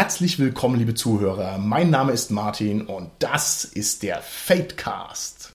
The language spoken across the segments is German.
Herzlich willkommen, liebe Zuhörer. Mein Name ist Martin und das ist der Fatecast.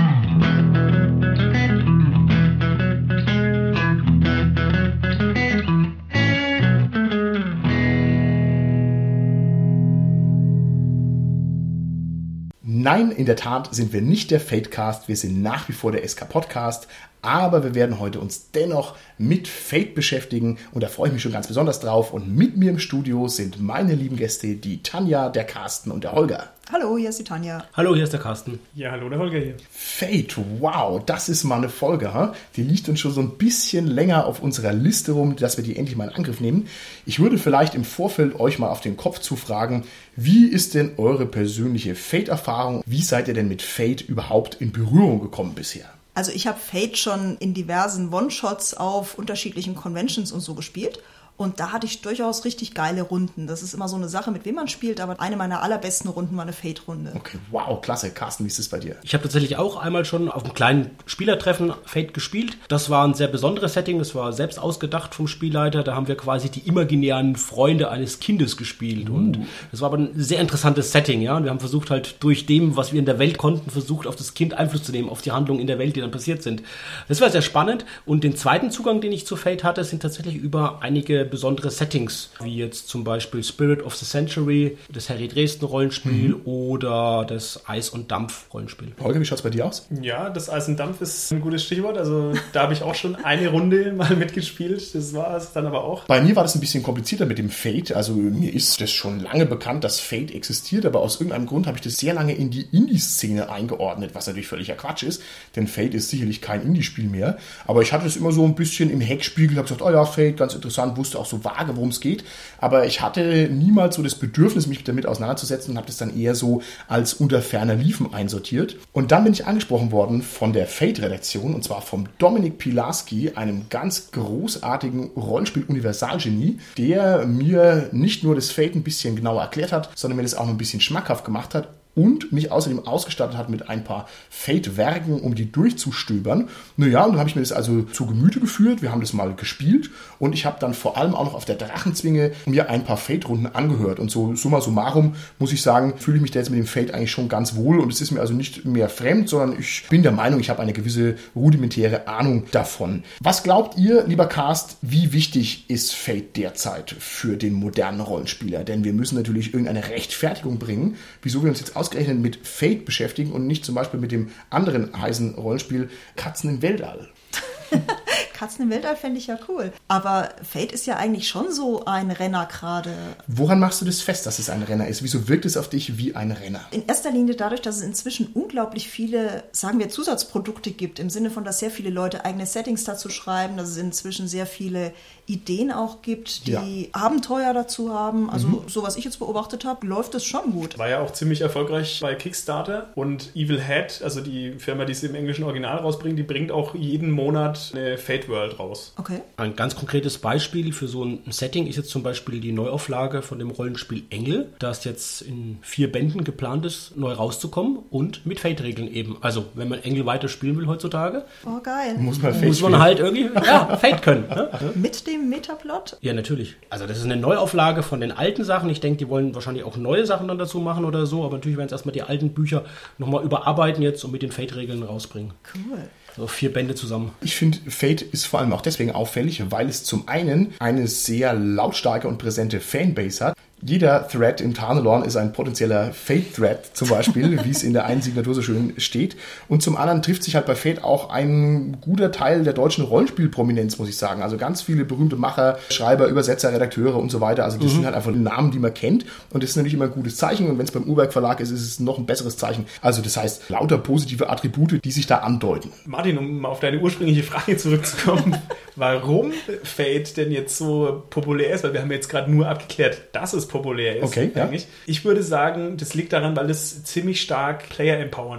Nein, in der Tat sind wir nicht der Fatecast, wir sind nach wie vor der SK Podcast, aber wir werden heute uns dennoch mit Fate beschäftigen und da freue ich mich schon ganz besonders drauf. Und mit mir im Studio sind meine lieben Gäste, die Tanja, der Carsten und der Holger. Hallo, hier ist die Tanja. Hallo, hier ist der Carsten. Ja, hallo, der Holger hier. Fate, wow, das ist mal eine Folge, ha? Die liegt uns schon so ein bisschen länger auf unserer Liste rum, dass wir die endlich mal in Angriff nehmen. Ich würde vielleicht im Vorfeld euch mal auf den Kopf zufragen, wie ist denn eure persönliche Fate-Erfahrung? Wie seid ihr denn mit Fate überhaupt in Berührung gekommen bisher? Also ich habe Fate schon in diversen One-Shots auf unterschiedlichen Conventions und so gespielt. Und da hatte ich durchaus richtig geile Runden. Das ist immer so eine Sache, mit wem man spielt, aber eine meiner allerbesten Runden war eine Fate-Runde. Okay, wow, klasse. Carsten, wie ist es bei dir? Ich habe tatsächlich auch einmal schon auf einem kleinen Spielertreffen Fate gespielt. Das war ein sehr besonderes Setting, das war selbst ausgedacht vom Spielleiter. Da haben wir quasi die imaginären Freunde eines Kindes gespielt. Und das war aber ein sehr interessantes Setting, ja. Und wir haben versucht halt durch dem, was wir in der Welt konnten, versucht auf das Kind Einfluss zu nehmen, auf die Handlungen in der Welt, die dann passiert sind. Das war sehr spannend. Und den zweiten Zugang, den ich zu Fate hatte, sind tatsächlich über einige besondere Settings, wie jetzt zum Beispiel Spirit of the Century, das Harry Dresden Rollenspiel oder das Eis und Dampf Rollenspiel. Holger, wie schaut es bei dir aus? Ja, das Eis und Dampf ist ein gutes Stichwort. Also da habe ich auch schon eine Runde mal mitgespielt. Das war es dann aber auch. Bei mir war das ein bisschen komplizierter mit dem Fate. Also mir ist das schon lange bekannt, dass Fate existiert, aber aus irgendeinem Grund habe ich das sehr lange in die Indie-Szene eingeordnet, was natürlich völliger Quatsch ist, denn Fate ist sicherlich kein Indie-Spiel mehr. Aber ich hatte es immer so ein bisschen im Heckspiegel, habe gesagt, oh ja, Fate, ganz interessant, wusste auch so vage, worum es geht, aber ich hatte niemals so das Bedürfnis, mich damit auseinanderzusetzen und habe das dann eher so als unter ferner Liefen einsortiert. Und dann bin ich angesprochen worden von der Fate-Redaktion und zwar vom Dominik Pilarski, einem ganz großartigen Rollenspiel-Universalgenie, der mir nicht nur das Fate ein bisschen genauer erklärt hat, sondern mir das auch noch ein bisschen schmackhaft gemacht hat und mich außerdem ausgestattet hat mit ein paar Fate-Werken, um die durchzustöbern. Naja, und dann habe ich mir das also zu Gemüte geführt. Wir haben das mal gespielt und ich habe dann vor allem auch noch auf der Drachenzwinge mir ein paar Fate-Runden angehört. Und so summa summarum muss ich sagen, fühle ich mich da jetzt mit dem Fate eigentlich schon ganz wohl und es ist mir also nicht mehr fremd, sondern ich bin der Meinung, ich habe eine gewisse rudimentäre Ahnung davon. Was glaubt ihr, lieber Cast, wie wichtig ist Fate derzeit für den modernen Rollenspieler? Denn wir müssen natürlich irgendeine Rechtfertigung bringen, wieso wir uns jetzt ausgerechnet mit Fate beschäftigen und nicht zum Beispiel mit dem anderen heißen Rollenspiel Katzen im Weltall. Katzen im Weltall fände ich ja cool. Aber Fate ist ja eigentlich schon so ein Renner gerade. Woran machst du das fest, dass es ein Renner ist? Wieso wirkt es auf dich wie ein Renner? In erster Linie dadurch, dass es inzwischen unglaublich viele, sagen wir, Zusatzprodukte gibt. Im Sinne von, dass sehr viele Leute eigene Settings dazu schreiben, dass es inzwischen sehr viele Ideen auch gibt, die Abenteuer dazu haben. Also so, was ich jetzt beobachtet habe, läuft es schon gut. War ja auch ziemlich erfolgreich bei Kickstarter und Evil Hat, also die Firma, die es im englischen Original rausbringt, die bringt auch jeden Monat eine Fate World raus. Okay. Ein ganz konkretes Beispiel für so ein Setting ist jetzt zum Beispiel die Neuauflage von dem Rollenspiel Engel, das jetzt in 4 Bänden geplant ist, neu rauszukommen und mit Fate-Regeln eben. Also, wenn man Engel weiter spielen will heutzutage, oh, geil. Muss man halt irgendwie Fate können. Ne? Mit dem Metaplot? Ja, natürlich. Also das ist eine Neuauflage von den alten Sachen. Ich denke, die wollen wahrscheinlich auch neue Sachen dann dazu machen oder so, aber natürlich werden es erstmal die alten Bücher nochmal überarbeiten jetzt und mit den Fate-Regeln rausbringen. Cool. So 4 Bände zusammen. Ich finde, Fate ist vor allem auch deswegen auffällig, weil es zum einen eine sehr lautstarke und präsente Fanbase hat. Jeder Thread im Tarnelorn ist ein potenzieller Fate-Thread zum Beispiel, wie es in der einen Signatur so schön steht. Und zum anderen trifft sich halt bei Fate auch ein guter Teil der deutschen Rollenspielprominenz, muss ich sagen. Also ganz viele berühmte Macher, Schreiber, Übersetzer, Redakteure und so weiter. Also das sind halt einfach Namen, die man kennt. Und das ist natürlich immer ein gutes Zeichen. Und wenn es beim Urwerk Verlag ist, ist es noch ein besseres Zeichen. Also das heißt, lauter positive Attribute, die sich da andeuten. Martin, um auf deine ursprüngliche Frage zurückzukommen, warum Fate denn jetzt so populär ist? Weil wir haben jetzt gerade nur abgeklärt, dass es populär ist. Okay, eigentlich. Ja. Ich würde sagen, das liegt daran, weil es ziemlich stark player-empowernd ist.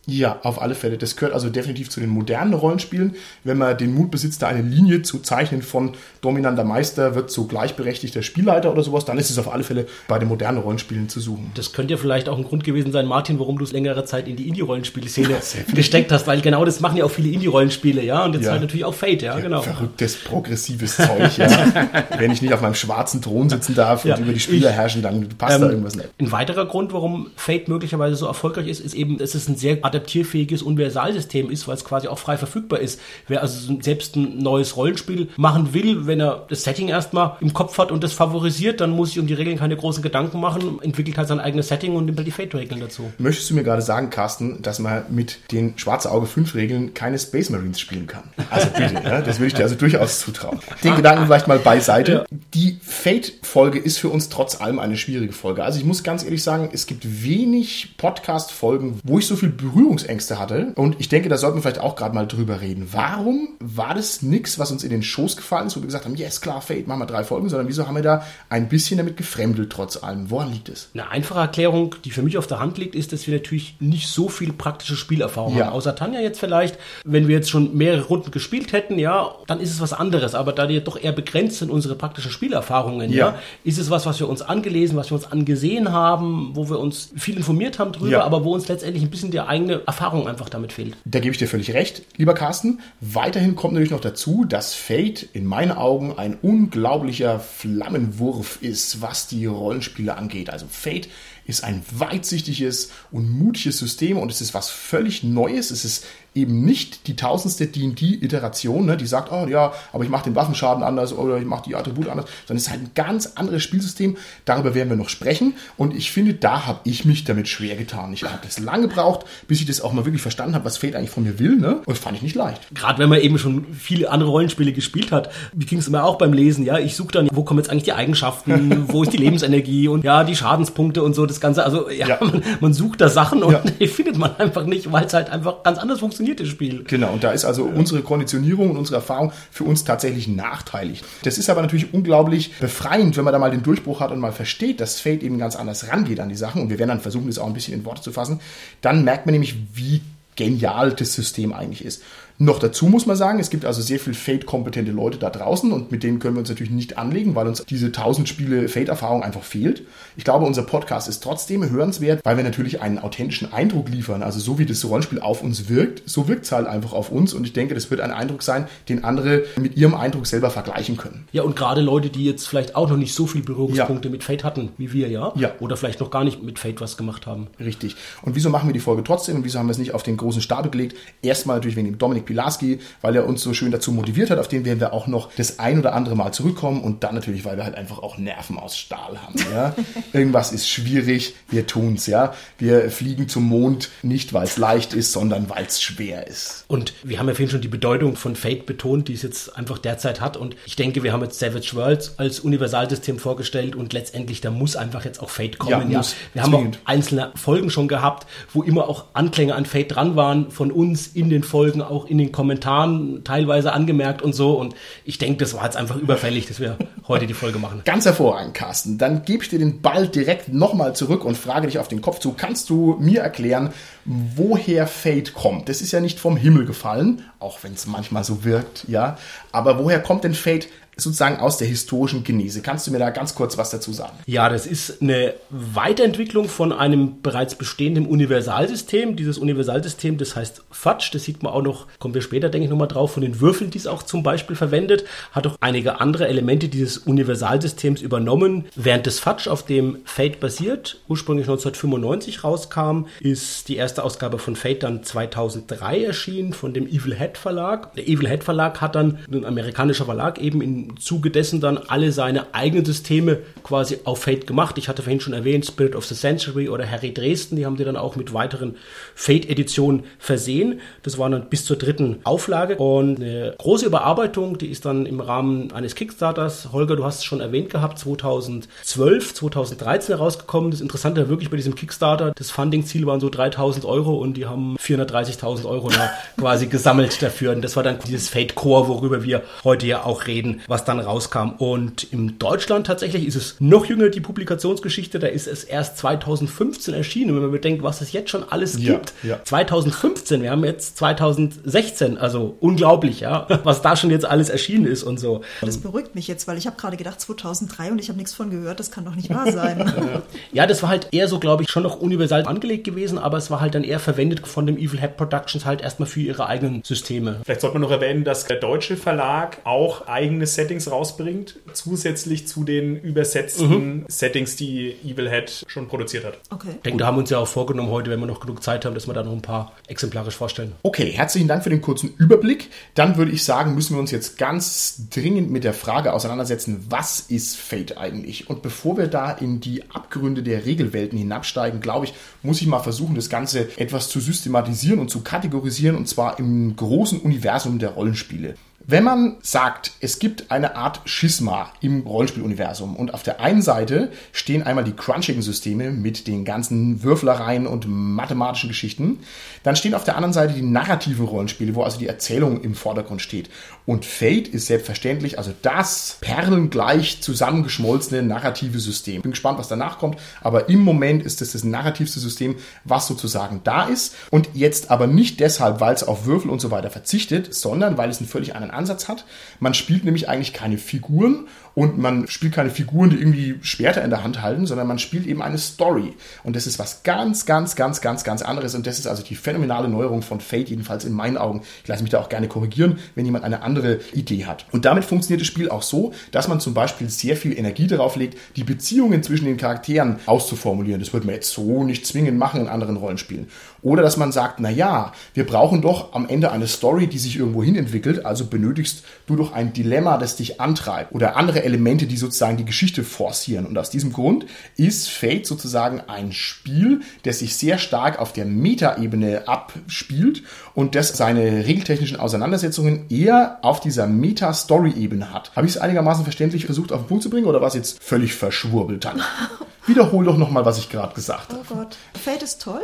Ja, auf alle Fälle. Das gehört also definitiv zu den modernen Rollenspielen. Wenn man den Mut besitzt, da eine Linie zu zeichnen von dominanter Meister wird zu gleichberechtigter Spielleiter oder sowas, dann ist es auf alle Fälle bei den modernen Rollenspielen zu suchen. Das könnte ja vielleicht auch ein Grund gewesen sein, Martin, warum du es längere Zeit in die Indie-Rollenspielszene gesteckt hast, weil genau das machen ja auch viele Indie-Rollenspiele, ja, und jetzt halt natürlich auch Fate, ja, genau. Verrücktes, progressives Zeug, ja. Wenn ich nicht auf meinem schwarzen Thron sitzen darf und über die Spieler herrschen, dann passt da irgendwas nicht. Ein weiterer Grund, warum Fate möglicherweise so erfolgreich ist eben, dass es ein sehr adaptierfähiges Universalsystem ist, weil es quasi auch frei verfügbar ist. Wer also selbst ein neues Rollenspiel machen will, wenn er das Setting erstmal im Kopf hat und das favorisiert, dann muss sich um die Regeln keine großen Gedanken machen, entwickelt halt sein eigenes Setting und nimmt halt die Fate-Regeln dazu. Möchtest du mir gerade sagen, Carsten, dass man mit den Schwarze Auge 5 Regeln keine Space Marines spielen kann? Also bitte, ja, das würde ich dir also durchaus zutrauen. Den Gedanken vielleicht mal beiseite. Ja. Die Fate-Folge ist für uns trotz allem eine schwierige Folge. Also ich muss ganz ehrlich sagen, es gibt wenig Podcast-Folgen, wo ich so viel Berührungsängste hatte. Und ich denke, da sollten wir vielleicht auch gerade mal drüber reden. Warum war das nichts, was uns in den Schoß gefallen ist, wo wir gesagt haben, yes, klar, Fate, machen wir 3 Folgen, sondern wieso haben wir da ein bisschen damit gefremdelt trotz allem? Woran liegt es? Eine einfache Erklärung, die für mich auf der Hand liegt, ist, dass wir natürlich nicht so viel praktische Spielerfahrung haben. Außer Tanja jetzt vielleicht. Wenn wir jetzt schon mehrere Runden gespielt hätten, ja, dann ist es was anderes. Aber da die doch eher begrenzt sind, unsere praktischen Spielerfahrungen, ja, ist es was wir uns angelesen, was wir uns angesehen haben, wo wir uns viel informiert haben drüber, aber wo uns letztendlich ein bisschen die eigene Erfahrung einfach damit fehlt. Da gebe ich dir völlig recht, lieber Carsten. Weiterhin kommt natürlich noch dazu, dass Fate in meinen Augen ein unglaublicher Flammenwurf ist, was die Rollenspiele angeht. Also Fate ist ein weitsichtiges und mutiges System und es ist was völlig Neues. Es ist eben nicht die 1000. D&D-Iteration, ne, die sagt, oh ja, aber ich mache den Waffenschaden anders oder ich mache die Attribute anders, sondern es ist halt ein ganz anderes Spielsystem. Darüber werden wir noch sprechen und ich finde, da habe ich mich damit schwer getan. Ich habe das lange gebraucht, bis ich das auch mal wirklich verstanden habe, was Fate eigentlich von mir will, ne? Und das fand ich nicht leicht. Gerade wenn man eben schon viele andere Rollenspiele gespielt hat, wie ging es immer auch beim Lesen, ja, ich suche dann, wo kommen jetzt eigentlich die Eigenschaften, wo ist die Lebensenergie und ja, die Schadenspunkte und so, das Ganze, also ja. Man sucht da Sachen und die findet man einfach nicht, weil es halt einfach ganz anders funktioniert. Das Spiel. Genau, und da ist also unsere Konditionierung und unsere Erfahrung für uns tatsächlich nachteilig. Das ist aber natürlich unglaublich befreiend, wenn man da mal den Durchbruch hat und mal versteht, dass Fate eben ganz anders rangeht an die Sachen und wir werden dann versuchen, das auch ein bisschen in Worte zu fassen. Dann merkt man nämlich, wie genial das System eigentlich ist. Noch dazu muss man sagen, es gibt also sehr viel Fate-kompetente Leute da draußen und mit denen können wir uns natürlich nicht anlegen, weil uns diese 1000 Spiele Fate-Erfahrung einfach fehlt. Ich glaube, unser Podcast ist trotzdem hörenswert, weil wir natürlich einen authentischen Eindruck liefern. Also so wie das Rollenspiel auf uns wirkt, so wirkt es halt einfach auf uns und ich denke, das wird ein Eindruck sein, den andere mit ihrem Eindruck selber vergleichen können. Ja, und gerade Leute, die jetzt vielleicht auch noch nicht so viele Berührungspunkte mit Fate hatten, wie wir, ja? Oder vielleicht noch gar nicht mit Fate was gemacht haben. Richtig. Und wieso machen wir die Folge trotzdem und wieso haben wir es nicht auf den großen Stapel gelegt? Erstmal natürlich wegen dem Dominik Pilarski, weil er uns so schön dazu motiviert hat, auf den werden wir auch noch das ein oder andere Mal zurückkommen und dann natürlich, weil wir halt einfach auch Nerven aus Stahl haben. Ja? Irgendwas ist schwierig, wir tun's, ja. Wir fliegen zum Mond nicht, weil es leicht ist, sondern weil es schwer ist. Und wir haben ja vorhin schon die Bedeutung von Fate betont, die es jetzt einfach derzeit hat und ich denke, wir haben jetzt Savage Worlds als Universalsystem vorgestellt und letztendlich, da muss einfach jetzt auch Fate kommen. Ja, wir haben auch einzelne Folgen schon gehabt, wo immer auch Anklänge an Fate dran waren, von uns in den Folgen, auch in den Kommentaren teilweise angemerkt und so. Und ich denke, das war jetzt einfach überfällig, dass wir heute die Folge machen. Ganz hervorragend, Carsten. Dann gebe ich dir den Ball direkt nochmal zurück und frage dich auf den Kopf zu. Kannst du mir erklären, woher Fate kommt? Das ist ja nicht vom Himmel gefallen, auch wenn es manchmal so wirkt, ja. Aber woher kommt denn Fate sozusagen aus der historischen Genese? Kannst du mir da ganz kurz was dazu sagen? Ja, das ist eine Weiterentwicklung von einem bereits bestehenden Universalsystem. Dieses Universalsystem, das heißt Fudge, das sieht man auch noch, kommen wir später, denke ich, nochmal drauf, von den Würfeln, die es auch zum Beispiel verwendet, hat auch einige andere Elemente dieses Universalsystems übernommen. Während des Fudge, auf dem Fate basiert, ursprünglich 1995 rauskam, ist die erste Ausgabe von Fate dann 2003 erschienen von dem Evil Head Verlag. Der Evil Head Verlag hat dann, ein amerikanischer Verlag, eben im Zuge dessen dann alle seine eigenen Systeme quasi auf Fate gemacht. Ich hatte vorhin schon erwähnt, Spirit of the Century oder Harry Dresden, die haben die dann auch mit weiteren Fate-Editionen versehen. Das war dann bis zur 3. Auflage und eine große Überarbeitung, die ist dann im Rahmen eines Kickstarters, Holger, du hast es schon erwähnt gehabt, 2012, 2013 herausgekommen. Das Interessante wirklich bei diesem Kickstarter, das Funding-Ziel waren so 3.000 € und die haben 430.000 € da quasi gesammelt dafür. Und das war dann dieses Fate Core, worüber wir heute ja auch reden, was dann rauskam. Und in Deutschland tatsächlich ist es noch jünger, die Publikationsgeschichte. Da ist es erst 2015 erschienen. Und wenn man bedenkt, was es jetzt schon alles gibt. 2015, wir haben jetzt 2016, also unglaublich, ja, was da schon jetzt alles erschienen ist und so. Das beruhigt mich jetzt, weil ich habe gerade gedacht 2003 und ich habe nichts von gehört. Das kann doch nicht wahr sein. Ja, das war halt eher so, glaube ich, schon noch universal angelegt gewesen, aber es war halt dann eher verwendet von dem Evil Hat Productions halt erstmal für ihre eigenen Systeme. Vielleicht sollte man noch erwähnen, dass der deutsche Verlag auch eigene Settings rausbringt, zusätzlich zu den übersetzten Settings, die Evil Hat schon produziert hat. Okay. Ich denke, da haben wir uns ja auch vorgenommen heute, wenn wir noch genug Zeit haben, dass wir da noch ein paar exemplarisch vorstellen. Okay, herzlichen Dank für den kurzen Überblick. Dann würde ich sagen, müssen wir uns jetzt ganz dringend mit der Frage auseinandersetzen, was ist Fate eigentlich? Und bevor wir da in die Abgründe der Regelwelten hinabsteigen, glaube ich, muss ich mal versuchen, das Ganze etwas zu systematisieren und zu kategorisieren, und zwar im großen Universum der Rollenspiele. Wenn man sagt, es gibt eine Art Schisma im Rollenspieluniversum und auf der einen Seite stehen einmal die crunchigen Systeme mit den ganzen Würfelereien und mathematischen Geschichten, dann stehen auf der anderen Seite die narrativen Rollenspiele, wo also die Erzählung im Vordergrund steht. Und Fate ist selbstverständlich also das perlengleich zusammengeschmolzene narrative System. Bin gespannt, was danach kommt, aber im Moment ist es das narrativste System, was sozusagen da ist. Und jetzt aber nicht deshalb, weil es auf Würfel und so weiter verzichtet, sondern weil es einen völlig anderen Ansatz hat. Man spielt nämlich eigentlich keine Figuren und man spielt keine Figuren, die irgendwie Schwerter in der Hand halten, sondern man spielt eben eine Story. Und das ist was ganz, ganz, ganz, ganz, ganz anderes. Und das ist also die phänomenale Neuerung von Fate, jedenfalls in meinen Augen. Ich lasse mich da auch gerne korrigieren, wenn jemand eine andere Idee hat. Und damit funktioniert das Spiel auch so, dass man zum Beispiel sehr viel Energie darauf legt, die Beziehungen zwischen den Charakteren auszuformulieren. Das wird man jetzt so nicht zwingend machen in anderen Rollenspielen. Oder dass man sagt, naja, wir brauchen doch am Ende eine Story, die sich irgendwo hin entwickelt, also benötigst du doch ein Dilemma, das dich antreibt oder andere Elemente, die sozusagen die Geschichte forcieren. Und aus diesem Grund ist Fate sozusagen ein Spiel, das sich sehr stark auf der Meta-Ebene abspielt und das seine regeltechnischen Auseinandersetzungen eher auf dieser Meta-Story-Ebene hat. Habe ich es einigermaßen verständlich versucht auf den Punkt zu bringen oder war es jetzt völlig verschwurbelt dann? Wiederhol doch nochmal, was ich gerade gesagt habe. Oh Gott, Fate ist toll.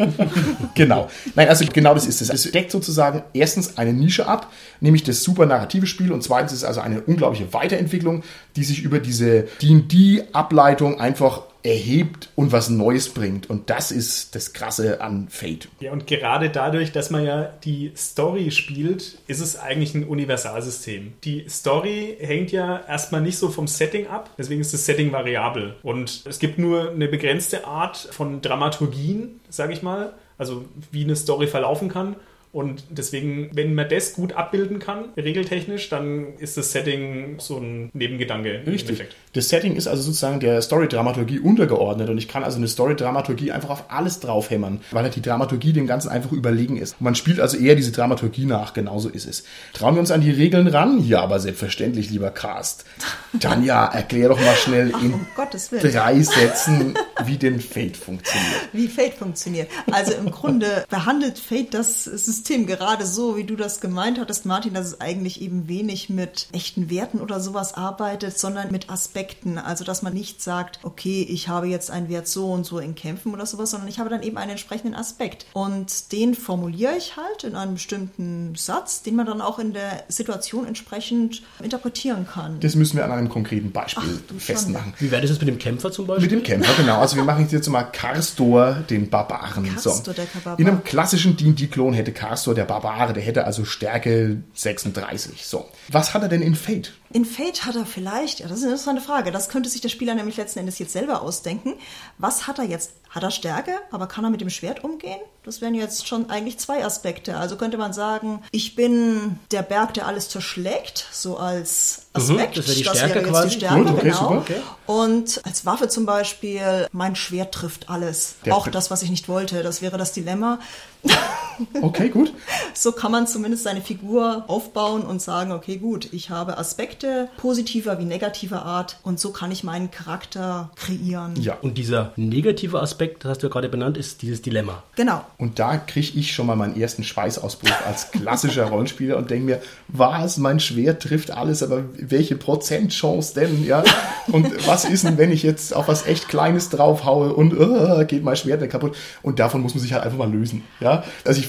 Genau. Nein, also genau das ist es. Es deckt sozusagen erstens eine Nische ab, nämlich das super narrative Spiel, und zweitens ist es also eine unglaubliche Weiterentwicklung, die sich über diese D&D-Ableitung einfach erhebt und was Neues bringt. Und das ist das Krasse an Fate. Ja, und gerade dadurch, dass man ja die Story spielt, ist es eigentlich ein Universalsystem. Die Story hängt ja erstmal nicht so vom Setting ab, deswegen ist das Setting variabel. Und es gibt nur eine begrenzte Art von Dramaturgien, sage ich mal, also wie eine Story verlaufen kann. Und deswegen, wenn man das gut abbilden kann, regeltechnisch, dann ist das Setting so ein Nebengedanke. Richtig. Das Setting ist also sozusagen der Story-Dramaturgie untergeordnet, und ich kann also eine Story-Dramaturgie einfach auf alles draufhämmern, weil halt die Dramaturgie dem Ganzen einfach überlegen ist. Und man spielt also eher diese Dramaturgie nach, genauso ist es. Trauen wir uns an die Regeln ran? Ja, aber selbstverständlich, lieber Cast. Tanja, erklär doch mal schnell in 3 Sätzen, wie denn Fate funktioniert. Wie Fate funktioniert. Also im Grunde behandelt Fate das System gerade so, wie du das gemeint hattest, Martin, dass es eigentlich eben wenig mit echten Werten oder sowas arbeitet, sondern mit Aspekten. Also, dass man nicht sagt, okay, ich habe jetzt einen Wert so und so in Kämpfen oder sowas, sondern ich habe dann eben einen entsprechenden Aspekt. Und den formuliere ich halt in einem bestimmten Satz, den man dann auch in der Situation entsprechend interpretieren kann. Das müssen wir an einem konkreten Beispiel festmachen. Wie wäre das jetzt mit dem Kämpfer zum Beispiel? Mit dem Kämpfer, genau. Also wir machen jetzt mal Karstor, den Barbaren. Karstor, der Barbar. In einem klassischen D&D-Klon hätte Karstor, der Barbare, der hätte also Stärke 36. So. Was hat er denn in Fate? In Fate hat er vielleicht, ja, das ist eine interessante Frage, das könnte sich der Spieler nämlich letzten Endes jetzt selber ausdenken. Was hat er jetzt? Hat er Stärke, aber kann er mit dem Schwert umgehen? Das wären jetzt schon eigentlich 2 Aspekte. Also könnte man sagen, ich bin der Berg, der alles zerschlägt, so als Aspekt. Das wäre die Stärke quasi. Die Stärke, gut, okay, genau. super, okay. Und als Waffe zum Beispiel, mein Schwert trifft alles. Auch das, was ich nicht wollte. Das wäre das Dilemma. Okay, gut. So kann man zumindest seine Figur aufbauen und sagen, okay, gut, ich habe Aspekte positiver wie negativer Art und so kann ich meinen Charakter kreieren. Ja. Und dieser negative Aspekt, das hast du ja gerade benannt, ist dieses Dilemma. Genau. Und da kriege ich schon mal meinen ersten Schweißausbruch als klassischer Rollenspieler und denke mir, was, mein Schwert trifft alles, aber welche Prozentchance denn, ja? Und was ist denn, wenn ich jetzt auf was echt Kleines draufhaue und geht mein Schwert nicht kaputt? Und davon muss man sich halt einfach mal lösen, ja? Also ich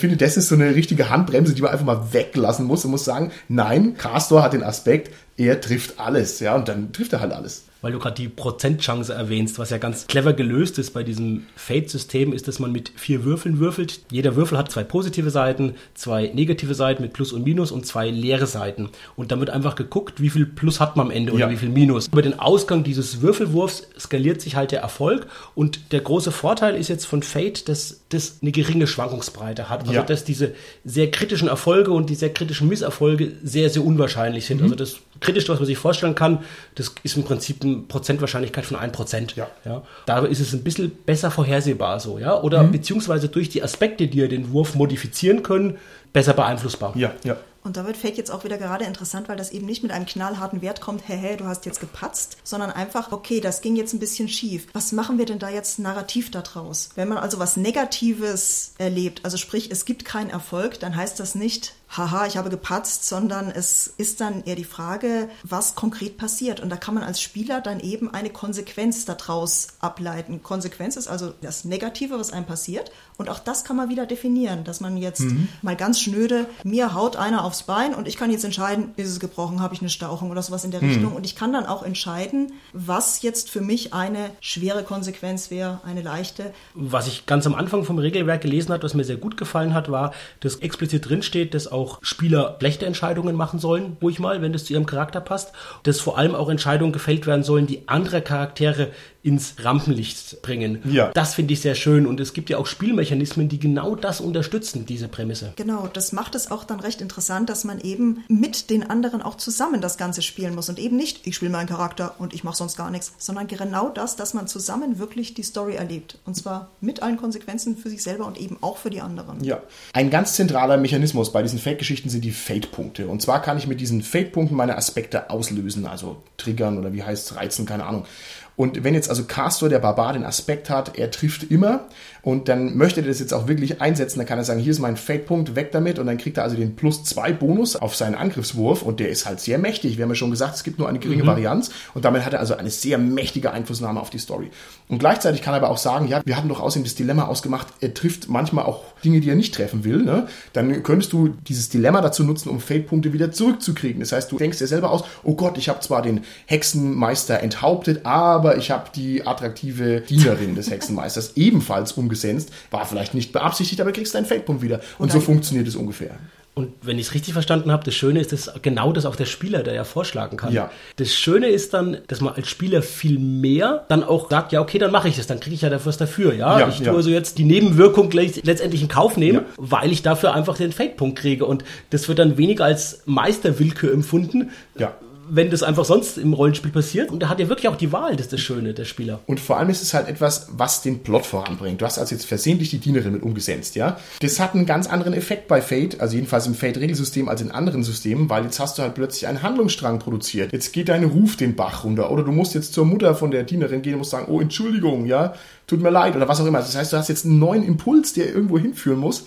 finde, das ist so eine richtige Handbremse, die man einfach mal weglassen muss und muss sagen, nein, Castor hat den Aspekt, er trifft alles, ja, und dann trifft er halt alles. Weil du gerade die Prozentchance erwähnst, was ja ganz clever gelöst ist bei diesem Fate-System, ist, dass man mit 4 Würfeln würfelt. Jeder Würfel hat 2 positive Seiten, 2 negative Seiten mit Plus und Minus und 2 leere Seiten. Und dann wird einfach geguckt, wie viel Plus hat man am Ende oder wie viel Minus. Über den Ausgang dieses Würfelwurfs skaliert sich halt der Erfolg. Und der große Vorteil ist jetzt von Fate, dass das eine geringe Schwankungsbreite hat. Also dass diese sehr kritischen Erfolge und die sehr kritischen Misserfolge sehr, sehr unwahrscheinlich sind. Also das Kritischste, was man sich vorstellen kann, das ist im Prinzip eine Prozentwahrscheinlichkeit von 1%. Ja. Da ist es ein bisschen besser vorhersehbar so, ja. Oder beziehungsweise durch die Aspekte, die ja den Wurf modifizieren können, besser beeinflussbar. Ja. Und da wird Fate jetzt auch wieder gerade interessant, weil das eben nicht mit einem knallharten Wert kommt, hey, du hast jetzt gepatzt, sondern einfach, okay, das ging jetzt ein bisschen schief. Was machen wir denn da jetzt narrativ daraus? Wenn man also was Negatives erlebt, also sprich, es gibt keinen Erfolg, dann heißt das nicht, haha, ich habe gepatzt, sondern es ist dann eher die Frage, was konkret passiert. Und da kann man als Spieler dann eben eine Konsequenz daraus ableiten. Konsequenz ist also das Negative, was einem passiert. Und auch das kann man wieder definieren, dass man jetzt mal ganz schnöde, mir haut einer aufs Bein und ich kann jetzt entscheiden, ist es gebrochen, habe ich eine Stauchung oder sowas in der Richtung. Und ich kann dann auch entscheiden, was jetzt für mich eine schwere Konsequenz wäre, eine leichte. Was ich ganz am Anfang vom Regelwerk gelesen habe, was mir sehr gut gefallen hat, war, dass explizit drinsteht, dass auch Spieler schlechte Entscheidungen machen sollen, ruhig mal, wenn das zu ihrem Charakter passt. Dass vor allem auch Entscheidungen gefällt werden sollen, die andere Charaktere ins Rampenlicht bringen. Ja. Das finde ich sehr schön und es gibt ja auch Spielmechanismen, die genau das unterstützen, diese Prämisse. Genau, das macht es auch dann recht interessant, dass man eben mit den anderen auch zusammen das Ganze spielen muss und eben nicht, ich spiele meinen Charakter und ich mache sonst gar nichts, sondern genau das, dass man zusammen wirklich die Story erlebt und zwar mit allen Konsequenzen für sich selber und eben auch für die anderen. Ja, ein ganz zentraler Mechanismus bei diesen Fate-Geschichten sind die Fate-Punkte und zwar kann ich mit diesen Fate-Punkten meine Aspekte auslösen, also triggern oder wie heißt es, reizen, keine Ahnung. Und wenn jetzt also Castor, der Barbar, den Aspekt hat, er trifft immer und dann möchte er das jetzt auch wirklich einsetzen, dann kann er sagen, hier ist mein Fate-Punkt, weg damit und dann kriegt er also den +2 Bonus auf seinen Angriffswurf und der ist halt sehr mächtig. Wir haben ja schon gesagt, es gibt nur eine geringe Varianz und damit hat er also eine sehr mächtige Einflussnahme auf die Story. Und gleichzeitig kann er aber auch sagen, ja, wir hatten doch außerdem das Dilemma ausgemacht, er trifft manchmal auch Dinge, die er nicht treffen will, ne? Dann könntest du dieses Dilemma dazu nutzen, um Fate-Punkte wieder zurückzukriegen. Das heißt, du denkst dir selber aus, oh Gott, ich habe zwar den Hexenmeister enthauptet, aber ich habe die attraktive Dienerin des Hexenmeisters ebenfalls umgesetzt. War vielleicht nicht beabsichtigt, aber kriegst deinen Fate-Punkt wieder. Und so funktioniert es ungefähr. Und wenn ich es richtig verstanden habe, das Schöne ist, dass genau das auch der Spieler, der ja vorschlagen kann. Ja. Das Schöne ist dann, dass man als Spieler viel mehr dann auch sagt, ja okay, dann mache ich das, dann kriege ich ja was dafür. Ja? Ich tue also jetzt die Nebenwirkung letztendlich in Kauf nehmen, weil ich dafür einfach den Fate-Punkt kriege. Und das wird dann weniger als Meisterwillkür empfunden. Ja. Wenn das einfach sonst im Rollenspiel passiert. Und da hat ja wirklich auch die Wahl, das ist das Schöne, der Spieler. Und vor allem ist es halt etwas, was den Plot voranbringt. Du hast also jetzt versehentlich die Dienerin mit umgesetzt, ja. Das hat einen ganz anderen Effekt bei Fate, also jedenfalls im Fate-Regelsystem als in anderen Systemen, weil jetzt hast du halt plötzlich einen Handlungsstrang produziert. Jetzt geht dein Ruf den Bach runter oder du musst jetzt zur Mutter von der Dienerin gehen und musst sagen, oh, Entschuldigung, ja, tut mir leid oder was auch immer. Das heißt, du hast jetzt einen neuen Impuls, der irgendwo hinführen muss.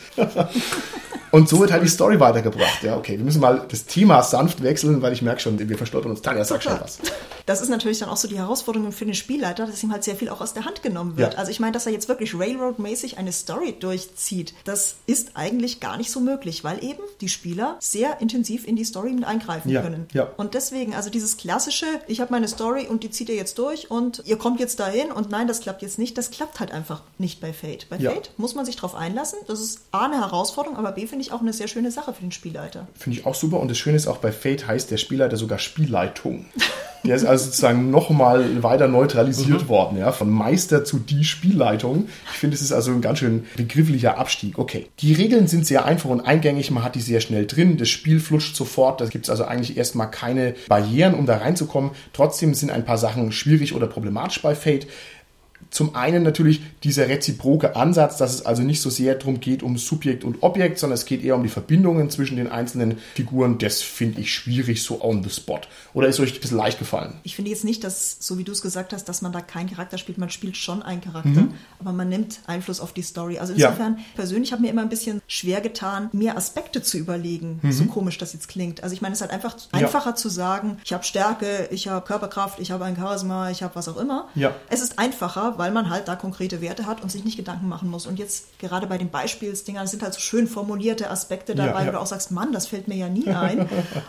Und so wird halt die Story weitergebracht. Ja, okay, wir müssen mal das Thema sanft wechseln, weil ich merke schon, wir verstolpern uns. Tanja, sag schon was. Das ist natürlich dann auch so die Herausforderung für den Spielleiter, dass ihm halt sehr viel auch aus der Hand genommen wird. Ja. Also ich meine, dass er jetzt wirklich Railroad-mäßig eine Story durchzieht, das ist eigentlich gar nicht so möglich, weil eben die Spieler sehr intensiv in die Story mit eingreifen können. Ja. Und deswegen, also dieses klassische, ich habe meine Story und die zieht ihr jetzt durch und ihr kommt jetzt dahin und nein, das klappt jetzt nicht, das klappt halt einfach nicht bei Fate. Bei Fate muss man sich drauf einlassen. Das ist A, eine Herausforderung, aber B, finde ich auch eine sehr schöne Sache für den Spielleiter. Finde ich auch super und das Schöne ist auch, bei Fate heißt der Spielleiter sogar Spielleitung. Der ist also sozusagen nochmal weiter neutralisiert worden, ja, von Meister zu die Spielleitung. Ich finde, es ist also ein ganz schön begrifflicher Abstieg. Okay, die Regeln sind sehr einfach und eingängig, man hat die sehr schnell drin, das Spiel flutscht sofort, da gibt es also eigentlich erstmal keine Barrieren, um da reinzukommen. Trotzdem sind ein paar Sachen schwierig oder problematisch bei Fate. Zum einen natürlich dieser reziproke Ansatz, dass es also nicht so sehr darum geht, um Subjekt und Objekt, sondern es geht eher um die Verbindungen zwischen den einzelnen Figuren. Das finde ich schwierig, so on the spot. Oder ist euch ein bisschen leicht gefallen? Ich finde jetzt nicht, dass, so wie du es gesagt hast, dass man da keinen Charakter spielt. Man spielt schon einen Charakter, aber man nimmt Einfluss auf die Story. Also insofern, persönlich habe mir immer ein bisschen schwer getan, mir Aspekte zu überlegen, so komisch das jetzt klingt. Also ich meine, es ist halt einfach einfacher zu sagen, ich habe Stärke, ich habe Körperkraft, ich habe ein Charisma, ich habe was auch immer. Ja. Es ist einfacher, einfach, weil man halt da konkrete Werte hat und sich nicht Gedanken machen muss. Und jetzt gerade bei den Beispielsdingern sind halt so schön formulierte Aspekte dabei, wo du auch sagst, Mann, das fällt mir ja nie ein.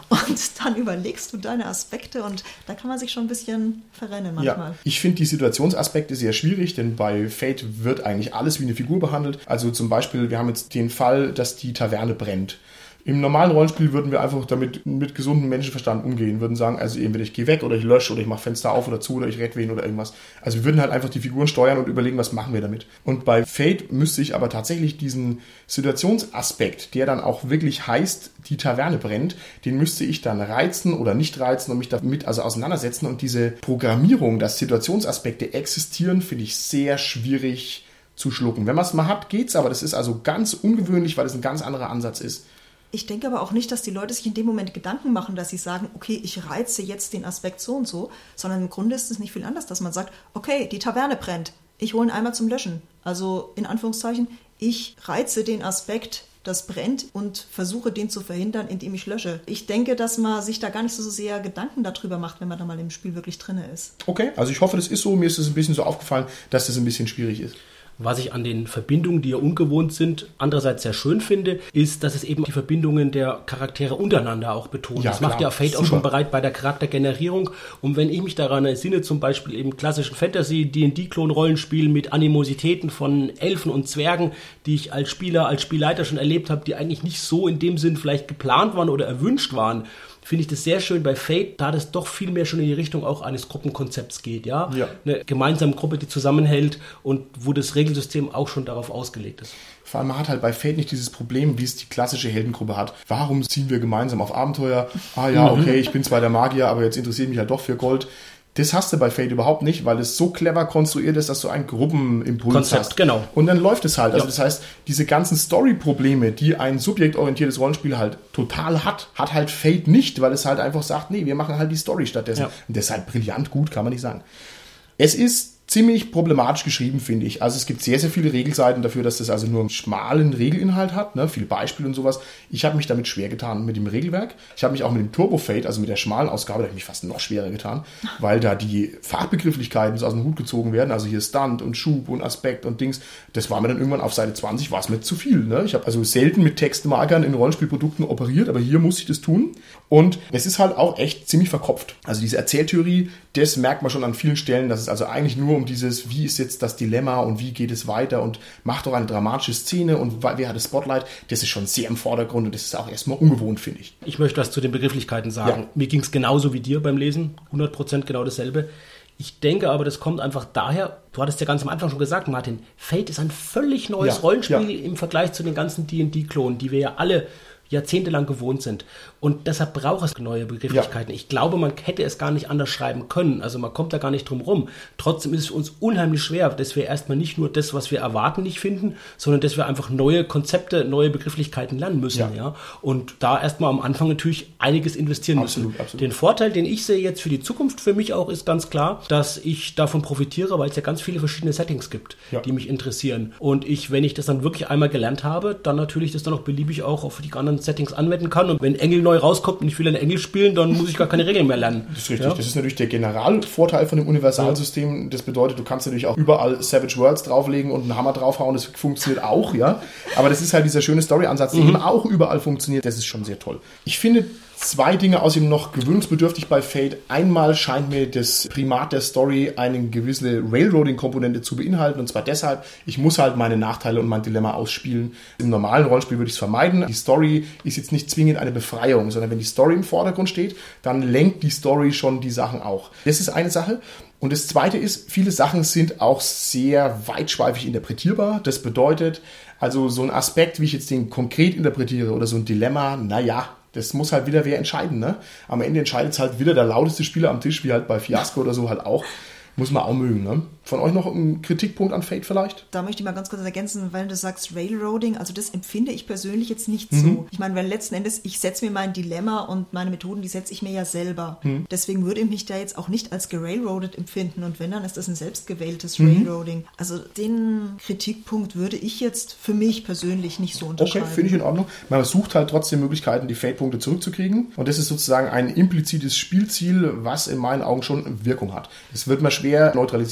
Und dann überlegst du deine Aspekte und da kann man sich schon ein bisschen verrennen manchmal. Ja. Ich finde die Situationsaspekte sehr schwierig, denn bei Fate wird eigentlich alles wie eine Figur behandelt. Also zum Beispiel, wir haben jetzt den Fall, dass die Taverne brennt. Im normalen Rollenspiel würden wir einfach damit mit gesundem Menschenverstand umgehen, würden sagen, also entweder ich gehe weg oder ich lösche oder ich mache Fenster auf oder zu oder ich rette wen oder irgendwas. Also wir würden halt einfach die Figuren steuern und überlegen, was machen wir damit. Und bei Fate müsste ich aber tatsächlich diesen Situationsaspekt, der dann auch wirklich heißt, die Taverne brennt, den müsste ich dann reizen oder nicht reizen und mich damit also auseinandersetzen. Und diese Programmierung, dass Situationsaspekte existieren, finde ich sehr schwierig zu schlucken. Wenn man es mal hat, geht's, aber das ist also ganz ungewöhnlich, weil es ein ganz anderer Ansatz ist. Ich denke aber auch nicht, dass die Leute sich in dem Moment Gedanken machen, dass sie sagen, okay, ich reize jetzt den Aspekt so und so, sondern im Grunde ist es nicht viel anders, dass man sagt, okay, die Taverne brennt, ich hole ihn einmal zum Löschen. Also in Anführungszeichen, ich reize den Aspekt, das brennt und versuche den zu verhindern, indem ich lösche. Ich denke, dass man sich da gar nicht so sehr Gedanken darüber macht, wenn man da mal im Spiel wirklich drin ist. Okay, also ich hoffe, das ist so. Mir ist es ein bisschen so aufgefallen, dass das ein bisschen schwierig ist. Was ich an den Verbindungen, die ja ungewohnt sind, andererseits sehr schön finde, ist, dass es eben die Verbindungen der Charaktere untereinander auch betont. Ja, das macht ja Fate super. Auch schon bereit bei der Charaktergenerierung. Und wenn ich mich daran ersinne, zum Beispiel eben klassischen Fantasy, D&D-Klon-Rollenspiel mit Animositäten von Elfen und Zwergen, die ich als Spieler, als Spielleiter schon erlebt habe, die eigentlich nicht so in dem Sinn vielleicht geplant waren oder erwünscht waren, finde ich das sehr schön bei Fate, da das doch viel mehr schon in die Richtung auch eines Gruppenkonzepts geht, ja? Eine gemeinsame Gruppe, die zusammenhält und wo das Regelsystem auch schon darauf ausgelegt ist. Vor allem, man hat halt bei Fate nicht dieses Problem, wie es die klassische Heldengruppe hat. Warum ziehen wir gemeinsam auf Abenteuer? Ah ja, okay, ich bin zwar der Magier, aber jetzt interessiert mich halt doch für Gold. Das hast du bei Fate überhaupt nicht, weil es so clever konstruiert ist, dass du einen Gruppenimpuls Konzept, hast. Genau. Und dann läuft es halt. Also das heißt, diese ganzen Story-Probleme, die ein subjektorientiertes Rollenspiel halt total hat halt Fate nicht, weil es halt einfach sagt, nee, wir machen halt die Story stattdessen. Ja. Und das ist halt brillant gut, kann man nicht sagen. Es ist ziemlich problematisch geschrieben, finde ich. Also es gibt sehr, sehr viele Regelseiten dafür, dass das also nur einen schmalen Regelinhalt hat, ne? Viele Beispiele und sowas. Ich habe mich damit schwer getan mit dem Regelwerk. Ich habe mich auch mit dem Turbo Fate, also mit der schmalen Ausgabe, da habe ich mich fast noch schwerer getan, weil da die Fachbegrifflichkeiten so aus dem Hut gezogen werden. Also hier Stunt und Schub und Aspekt und Dings. Das war mir dann irgendwann auf Seite 20, war es mir zu viel. Ne? Ich habe also selten mit Textmarkern in Rollenspielprodukten operiert, aber hier muss ich das tun. Und es ist halt auch echt ziemlich verkopft. Also diese Erzähltheorie, das merkt man schon an vielen Stellen, dass es also eigentlich nur um dieses, wie ist jetzt das Dilemma und wie geht es weiter und macht doch eine dramatische Szene und wer hat das Spotlight, das ist schon sehr im Vordergrund und das ist auch erstmal ungewohnt, finde ich. Ich möchte was zu den Begrifflichkeiten sagen. Ja. Mir ging es genauso wie dir beim Lesen, 100% genau dasselbe. Ich denke aber, das kommt einfach daher, du hattest ja ganz am Anfang schon gesagt, Martin, Fate ist ein völlig neues Rollenspiel im Vergleich zu den ganzen D&D-Klonen, die wir ja alle jahrzehntelang gewohnt sind. Und deshalb braucht es neue Begrifflichkeiten. Ja. Ich glaube, man hätte es gar nicht anders schreiben können. Also man kommt da gar nicht drum rum. Trotzdem ist es für uns unheimlich schwer, dass wir erstmal nicht nur das, was wir erwarten, nicht finden, sondern dass wir einfach neue Konzepte, neue Begrifflichkeiten lernen müssen. Ja. Und da erstmal am Anfang natürlich einiges investieren müssen. Absolut. Den Vorteil, den ich sehe jetzt für die Zukunft für mich auch, ist ganz klar, dass ich davon profitiere, weil es ja ganz viele verschiedene Settings gibt, die mich interessieren. Und ich, wenn ich das dann wirklich einmal gelernt habe, dann natürlich das dann auch beliebig auch auf die anderen Settings anwenden kann. Und wenn Engel neu rauskommt und ich will einen Engel spielen, dann muss ich gar keine Regeln mehr lernen. Das ist richtig. Ja? Das ist natürlich der Generalvorteil von dem Universalsystem. Das bedeutet, du kannst natürlich auch überall Savage Worlds drauflegen und einen Hammer draufhauen. Das funktioniert auch, ja. Aber das ist halt dieser schöne Story-Ansatz, der eben auch überall funktioniert. Das ist schon sehr toll. Ich finde zwei Dinge außerdem noch gewöhnungsbedürftig bei Fate. Einmal scheint mir das Primat der Story eine gewisse Railroading-Komponente zu beinhalten. Und zwar deshalb, ich muss halt meine Nachteile und mein Dilemma ausspielen. Im normalen Rollenspiel würde ich es vermeiden. Die Story ist jetzt nicht zwingend eine Befreiung, sondern wenn die Story im Vordergrund steht, dann lenkt die Story schon die Sachen auch. Das ist eine Sache. Und das Zweite ist, viele Sachen sind auch sehr weitschweifig interpretierbar. Das bedeutet, also so ein Aspekt, wie ich jetzt den konkret interpretiere oder so ein Dilemma, naja, das muss halt wieder wer entscheiden, ne? Am Ende entscheidet es halt wieder der lauteste Spieler am Tisch, wie halt bei Fiasco oder so halt auch. Muss man auch mögen, ne? Von euch noch ein Kritikpunkt an Fate vielleicht? Da möchte ich mal ganz kurz ergänzen, weil du sagst Railroading, also das empfinde ich persönlich jetzt nicht so. Ich meine, weil letzten Endes, ich setze mir mein Dilemma und meine Methoden, die setze ich mir ja selber. Deswegen würde ich mich da jetzt auch nicht als gerailroadet empfinden und wenn, dann ist das ein selbstgewähltes Railroading. Also den Kritikpunkt würde ich jetzt für mich persönlich nicht so unterschreiben. Okay, finde ich in Ordnung. Man sucht halt trotzdem Möglichkeiten, die Fate-Punkte zurückzukriegen und das ist sozusagen ein implizites Spielziel, was in meinen Augen schon Wirkung hat. Das wird man schwer neutralisieren können.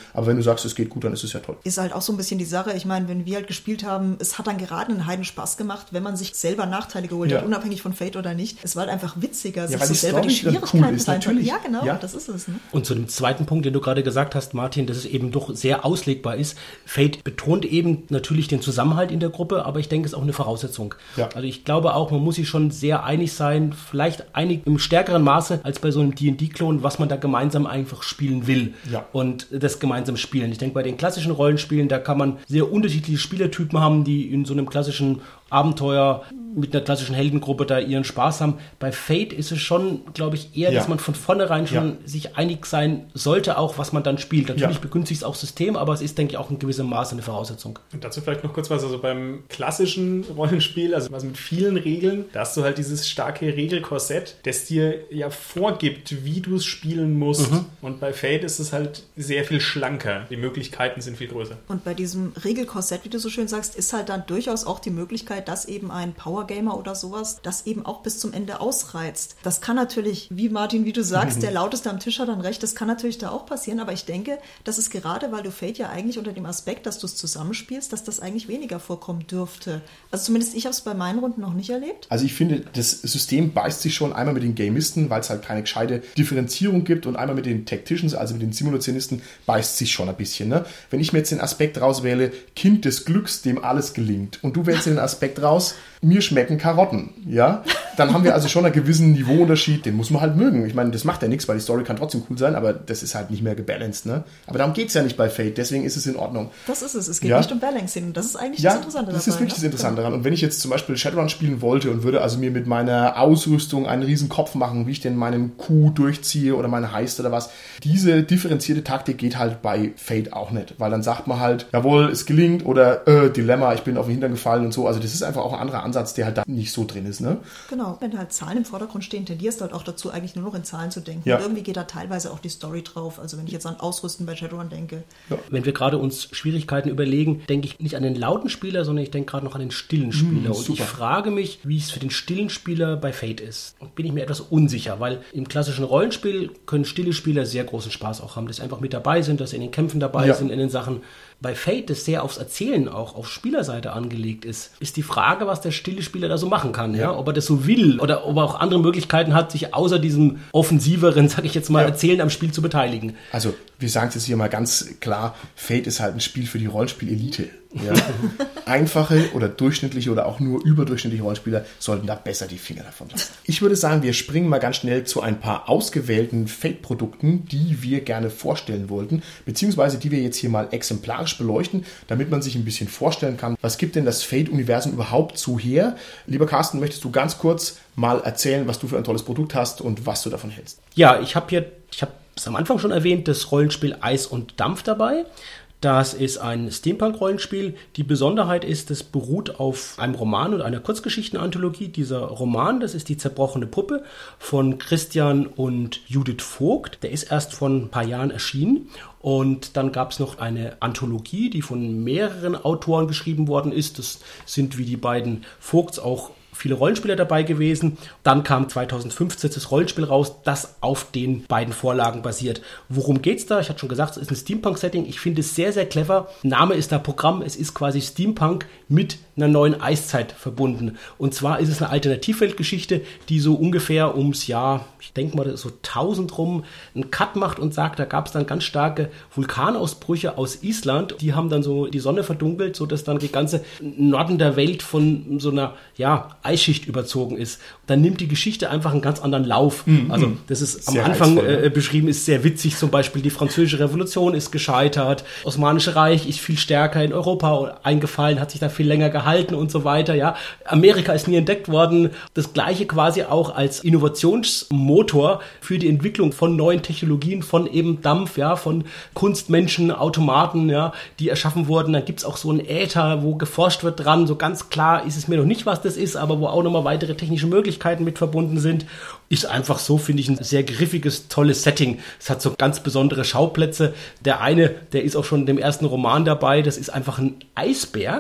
Aber wenn du sagst, es geht gut, dann ist es ja toll. Ist halt auch so ein bisschen die Sache. Ich meine, wenn wir halt gespielt haben, es hat dann gerade einen Heidenspaß gemacht, wenn man sich selber Nachteile geholt hat, unabhängig von Fate oder nicht. Es war halt einfach witziger, sich so selber die Schwierigkeiten reinzuholen. Ja, genau, das ist es. Ne? Und zu dem zweiten Punkt, den du gerade gesagt hast, Martin, dass es eben doch sehr auslegbar ist. Fate betont eben natürlich den Zusammenhalt in der Gruppe, aber ich denke, es ist auch eine Voraussetzung. Ja. Also ich glaube auch, man muss sich schon sehr einig sein, vielleicht einig im stärkeren Maße als bei so einem D&D-Klon, was man da gemeinsam einfach spielen will und das gemeinsam spielen. Ich denke, bei den klassischen Rollenspielen, da kann man sehr unterschiedliche Spielertypen haben, die in so einem klassischen Abenteuer mit einer klassischen Heldengruppe da ihren Spaß haben. Bei Fate ist es schon, glaube ich, eher, dass man von vornherein schon sich einig sein sollte, auch was man dann spielt. Natürlich begünstigt es auch System, aber es ist, denke ich, auch in gewissem Maße eine Voraussetzung. Und dazu vielleicht noch kurz was, also beim klassischen Rollenspiel, also was mit vielen Regeln, da hast du halt dieses starke Regelkorsett, das dir ja vorgibt, wie du es spielen musst. Und bei Fate ist es halt sehr viel schlanker. Die Möglichkeiten sind viel größer. Und bei diesem Regelkorsett, wie du so schön sagst, ist halt dann durchaus auch die Möglichkeit, dass eben ein Powergamer oder sowas das eben auch bis zum Ende ausreizt. Das kann natürlich, wie Martin, wie du sagst, der Lauteste am Tisch hat dann recht, das kann natürlich da auch passieren, aber ich denke, dass es gerade, weil du Fate ja eigentlich unter dem Aspekt, dass du es zusammenspielst, dass das eigentlich weniger vorkommen dürfte. Also zumindest ich habe es bei meinen Runden noch nicht erlebt. Also ich finde, das System beißt sich schon einmal mit den Gamisten, weil es halt keine gescheite Differenzierung gibt, und einmal mit den Tacticians, also mit den Simulationisten, beißt sich schon ein bisschen. Ne? Wenn ich mir jetzt den Aspekt rauswähle, Kind des Glücks, dem alles gelingt, und du wählst den Aspekt raus, mir schmecken Karotten, ja, dann haben wir also schon einen gewissen Niveauunterschied, den muss man halt mögen. Ich meine, das macht ja nichts, weil die Story kann trotzdem cool sein, aber das ist halt nicht mehr gebalanced, ne? Aber darum geht es ja nicht bei Fate, deswegen ist es in Ordnung. Das ist es geht nicht um Balancing, das ist eigentlich das Interessante daran. Das ist wirklich das Interessante daran. Und wenn ich jetzt zum Beispiel Shadowrun spielen wollte und würde also mir mit meiner Ausrüstung einen riesen Kopf machen, wie ich denn meinen Coup durchziehe oder meine Heist oder was, diese differenzierte Taktik geht halt bei Fate auch nicht, weil dann sagt man halt, jawohl, es gelingt, oder Dilemma, ich bin auf den Hintern gefallen und so. Also das ist einfach auch ein anderer Ansatz, der halt da nicht so drin ist, ne? Genau, wenn halt Zahlen im Vordergrund stehen, tendierst du halt auch dazu, eigentlich nur noch in Zahlen zu denken. Und irgendwie geht da teilweise auch die Story drauf. Also wenn ich jetzt an Ausrüsten bei Shadowrun denke. Ja. Wenn wir gerade uns Schwierigkeiten überlegen, denke ich nicht an den lauten Spieler, sondern ich denke gerade noch an den stillen Spieler. Und ich frage mich, wie es für den stillen Spieler bei Fate ist. Und bin ich mir etwas unsicher, weil im klassischen Rollenspiel können stille Spieler sehr großen Spaß auch haben, dass sie einfach mit dabei sind, dass sie in den Kämpfen dabei sind, in den Sachen. Bei Fate, das sehr aufs Erzählen auch auf Spielerseite angelegt ist die Frage, was der stille Spieler da so machen kann. Ja? Ob er das so will oder ob er auch andere Möglichkeiten hat, sich außer diesem offensiveren, sag ich jetzt mal, Erzählen am Spiel zu beteiligen. Also, wir sagen es jetzt hier mal ganz klar, Fate ist halt ein Spiel für die Rollenspiel-Elite. Ja? Einfache oder durchschnittliche oder auch nur überdurchschnittliche Rollenspieler sollten da besser die Finger davon lassen. Ich würde sagen, wir springen mal ganz schnell zu ein paar ausgewählten Fate-Produkten, die wir gerne vorstellen wollten, beziehungsweise die wir jetzt hier mal exemplarisch beleuchten, damit man sich ein bisschen vorstellen kann, was gibt denn das Fate-Universum überhaupt so her? Lieber Carsten, möchtest du ganz kurz mal erzählen, was du für ein tolles Produkt hast und was du davon hältst? Ja, ich habe es am Anfang schon erwähnt, das Rollenspiel Eis und Dampf dabei. Das ist ein Steampunk-Rollenspiel. Die Besonderheit ist, es beruht auf einem Roman und einer Kurzgeschichtenanthologie. Dieser Roman, das ist Die zerbrochene Puppe von Christian und Judith Vogt. Der ist erst vor ein paar Jahren erschienen. Und dann gab es noch eine Anthologie, die von mehreren Autoren geschrieben worden ist. Das sind wie die beiden Vogts auch viele Rollenspieler dabei gewesen. Dann kam 2015 das Rollenspiel raus, das auf den beiden Vorlagen basiert. Worum geht's da? Ich hatte schon gesagt, es ist ein Steampunk-Setting. Ich finde es sehr, sehr clever. Name ist da Programm. Es ist quasi Steampunk mit einer neuen Eiszeit verbunden. Und zwar ist es eine Alternativweltgeschichte, die so ungefähr ums Jahr, ich denke mal so 1000 rum, einen Cut macht und sagt, da gab es dann ganz starke Vulkanausbrüche aus Island. Die haben dann so die Sonne verdunkelt, sodass dann die ganze Norden der Welt von so einer, Eisschicht überzogen ist. Dann nimmt die Geschichte einfach einen ganz anderen Lauf. Also das ist sehr am Anfang beschrieben, ist sehr witzig. Zum Beispiel die Französische Revolution ist gescheitert. Das Osmanische Reich ist viel stärker in Europa eingefallen, hat sich da viel länger gehalten und so weiter. Ja, Amerika ist nie entdeckt worden. Das Gleiche quasi auch als Innovationsmotor für die Entwicklung von neuen Technologien, von eben Dampf, von Kunstmenschen, Automaten, die erschaffen wurden. Dann gibt es auch so einen Äther, wo geforscht wird dran. So ganz klar ist es mir noch nicht, was das ist, aber wo auch nochmal weitere technische Möglichkeiten mit verbunden sind. Ist einfach so, finde ich, ein sehr griffiges, tolles Setting. Es hat so ganz besondere Schauplätze. Der eine, der ist auch schon in dem ersten Roman dabei, das ist einfach ein Eisberg.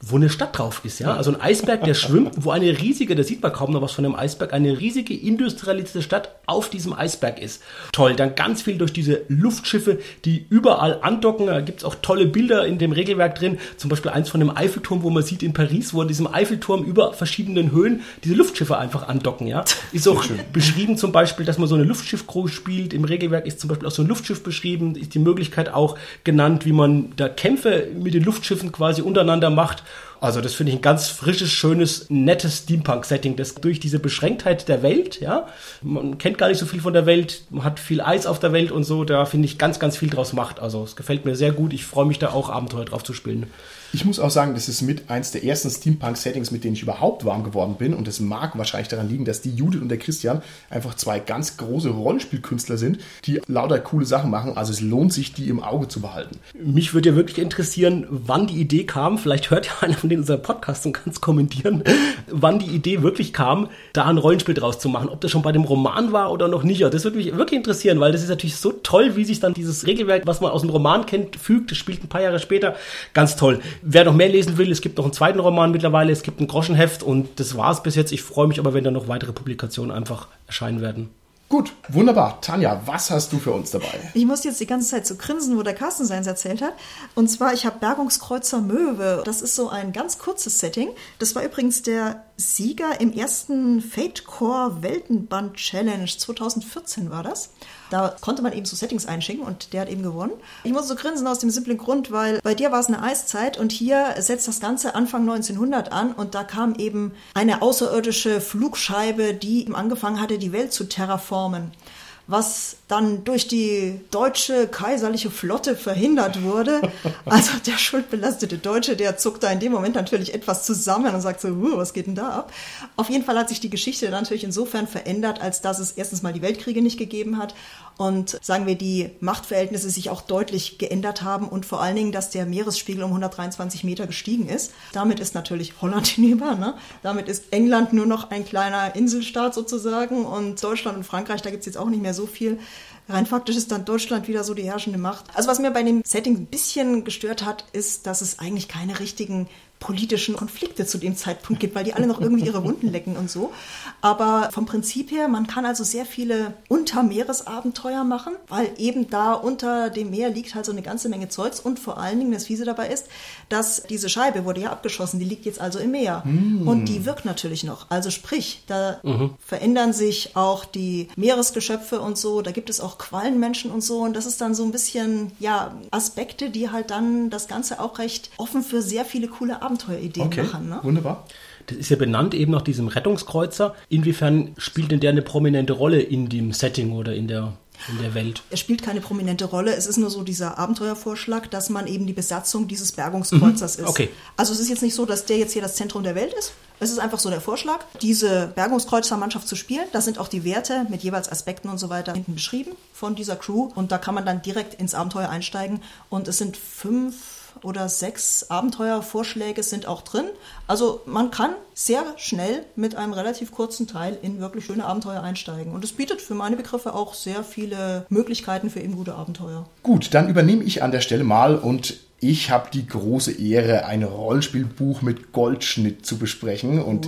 wo eine Stadt drauf ist, ja. Also ein Eisberg, der schwimmt, wo eine riesige, da sieht man kaum noch was von dem Eisberg, eine riesige industrialisierte Stadt auf diesem Eisberg ist. Toll, dann ganz viel durch diese Luftschiffe, die überall andocken. Da gibt's auch tolle Bilder in dem Regelwerk drin. Zum Beispiel eins von dem Eiffelturm, wo man sieht in Paris, wo an diesem Eiffelturm über verschiedenen Höhen diese Luftschiffe einfach andocken, ja. Ist auch beschrieben zum Beispiel, dass man so eine Luftschiff-Crew spielt. Im Regelwerk ist zum Beispiel auch so ein Luftschiff beschrieben, ist die Möglichkeit auch genannt, wie man da Kämpfe mit den Luftschiffen quasi untereinander macht. Also das finde ich ein ganz frisches, schönes, nettes Steampunk-Setting, das durch diese Beschränktheit der Welt, ja, man kennt gar nicht so viel von der Welt, man hat viel Eis auf der Welt und so, da finde ich ganz, ganz viel draus macht. Also es gefällt mir sehr gut, ich freue mich da auch, Abenteuer drauf zu spielen. Ich muss auch sagen, das ist mit eins der ersten Steampunk-Settings, mit denen ich überhaupt warm geworden bin. Und das mag wahrscheinlich daran liegen, dass die Judith und der Christian einfach zwei ganz große Rollenspielkünstler sind, die lauter coole Sachen machen. Also es lohnt sich, die im Auge zu behalten. Mich würde ja wirklich interessieren, wann die Idee kam. Vielleicht hört ja einer von denen unseren Podcast und kann es kommentieren, wann die Idee wirklich kam, da ein Rollenspiel draus zu machen. Ob das schon bei dem Roman war oder noch nicht. Das würde mich wirklich interessieren, weil das ist natürlich so toll, wie sich dann dieses Regelwerk, was man aus dem Roman kennt, fügt. Das spielt ein paar Jahre später. Ganz toll. Wer noch mehr lesen will, es gibt noch einen zweiten Roman mittlerweile, es gibt ein Groschenheft und das war's bis jetzt. Ich freue mich aber, wenn da noch weitere Publikationen einfach erscheinen werden. Gut, wunderbar. Tanja, was hast du für uns dabei? Ich muss jetzt die ganze Zeit so grinsen, wo der Carsten seins erzählt hat. Und zwar, ich habe Bergungskreuzer Möwe. Das ist so ein ganz kurzes Setting. Das war übrigens der Sieger im ersten Fate Core Weltenband Challenge. 2014 war das. Da konnte man eben so Settings einschicken und der hat eben gewonnen. Ich muss so grinsen aus dem simplen Grund, weil bei dir war es eine Eiszeit und hier setzt das Ganze Anfang 1900 an und da kam eben eine außerirdische Flugscheibe, die angefangen hatte, die Welt zu terraformen. Was dann durch die deutsche kaiserliche Flotte verhindert wurde. Also der schuldbelastete Deutsche, der zuckt da in dem Moment natürlich etwas zusammen und sagt so, was geht denn da ab? Auf jeden Fall hat sich die Geschichte dann natürlich insofern verändert, als dass es erstens mal die Weltkriege nicht gegeben hat und sagen wir, die Machtverhältnisse sich auch deutlich geändert haben und vor allen Dingen, dass der Meeresspiegel um 123 Meter gestiegen ist. Damit ist natürlich Holland hinüber, ne? Damit ist England nur noch ein kleiner Inselstaat sozusagen und Deutschland und Frankreich, da gibt's jetzt auch nicht mehr so viel. Rein faktisch ist dann Deutschland wieder so die herrschende Macht. Also was mir bei dem Setting ein bisschen gestört hat, ist, dass es eigentlich keine richtigen politischen Konflikte zu dem Zeitpunkt gibt, weil die alle noch irgendwie ihre Wunden lecken und so. Aber vom Prinzip her, man kann also sehr viele Untermeeresabenteuer machen, weil eben da unter dem Meer liegt halt so eine ganze Menge Zeugs und vor allen Dingen das Fiese dabei ist, dass diese Scheibe wurde ja abgeschossen, die liegt jetzt also im Meer und die wirkt natürlich noch. Also sprich, da verändern sich auch die Meeresgeschöpfe und so, da gibt es auch Quallenmenschen und so und das ist dann so ein bisschen, ja, Aspekte, die halt dann das Ganze auch recht offen für sehr viele coole Abenteuerideen machen. Ne? Wunderbar. Das ist ja benannt eben nach diesem Rettungskreuzer. Inwiefern spielt denn der eine prominente Rolle in dem Setting oder in der Welt? Er spielt keine prominente Rolle. Es ist nur so dieser Abenteuervorschlag, dass man eben die Besatzung dieses Bergungskreuzers ist. Okay. Also es ist jetzt nicht so, dass der jetzt hier das Zentrum der Welt ist. Es ist einfach so der Vorschlag, diese Bergungskreuzermannschaft zu spielen. Da sind auch die Werte mit jeweils Aspekten und so weiter hinten beschrieben von dieser Crew. Und da kann man dann direkt ins Abenteuer einsteigen. Und es sind 5 oder 6 Abenteuervorschläge sind auch drin. Also man kann sehr schnell mit einem relativ kurzen Teil in wirklich schöne Abenteuer einsteigen. Und es bietet für meine Begriffe auch sehr viele Möglichkeiten für eben gute Abenteuer. Gut, dann übernehme ich an der Stelle mal und ich habe die große Ehre, ein Rollenspielbuch mit Goldschnitt zu besprechen und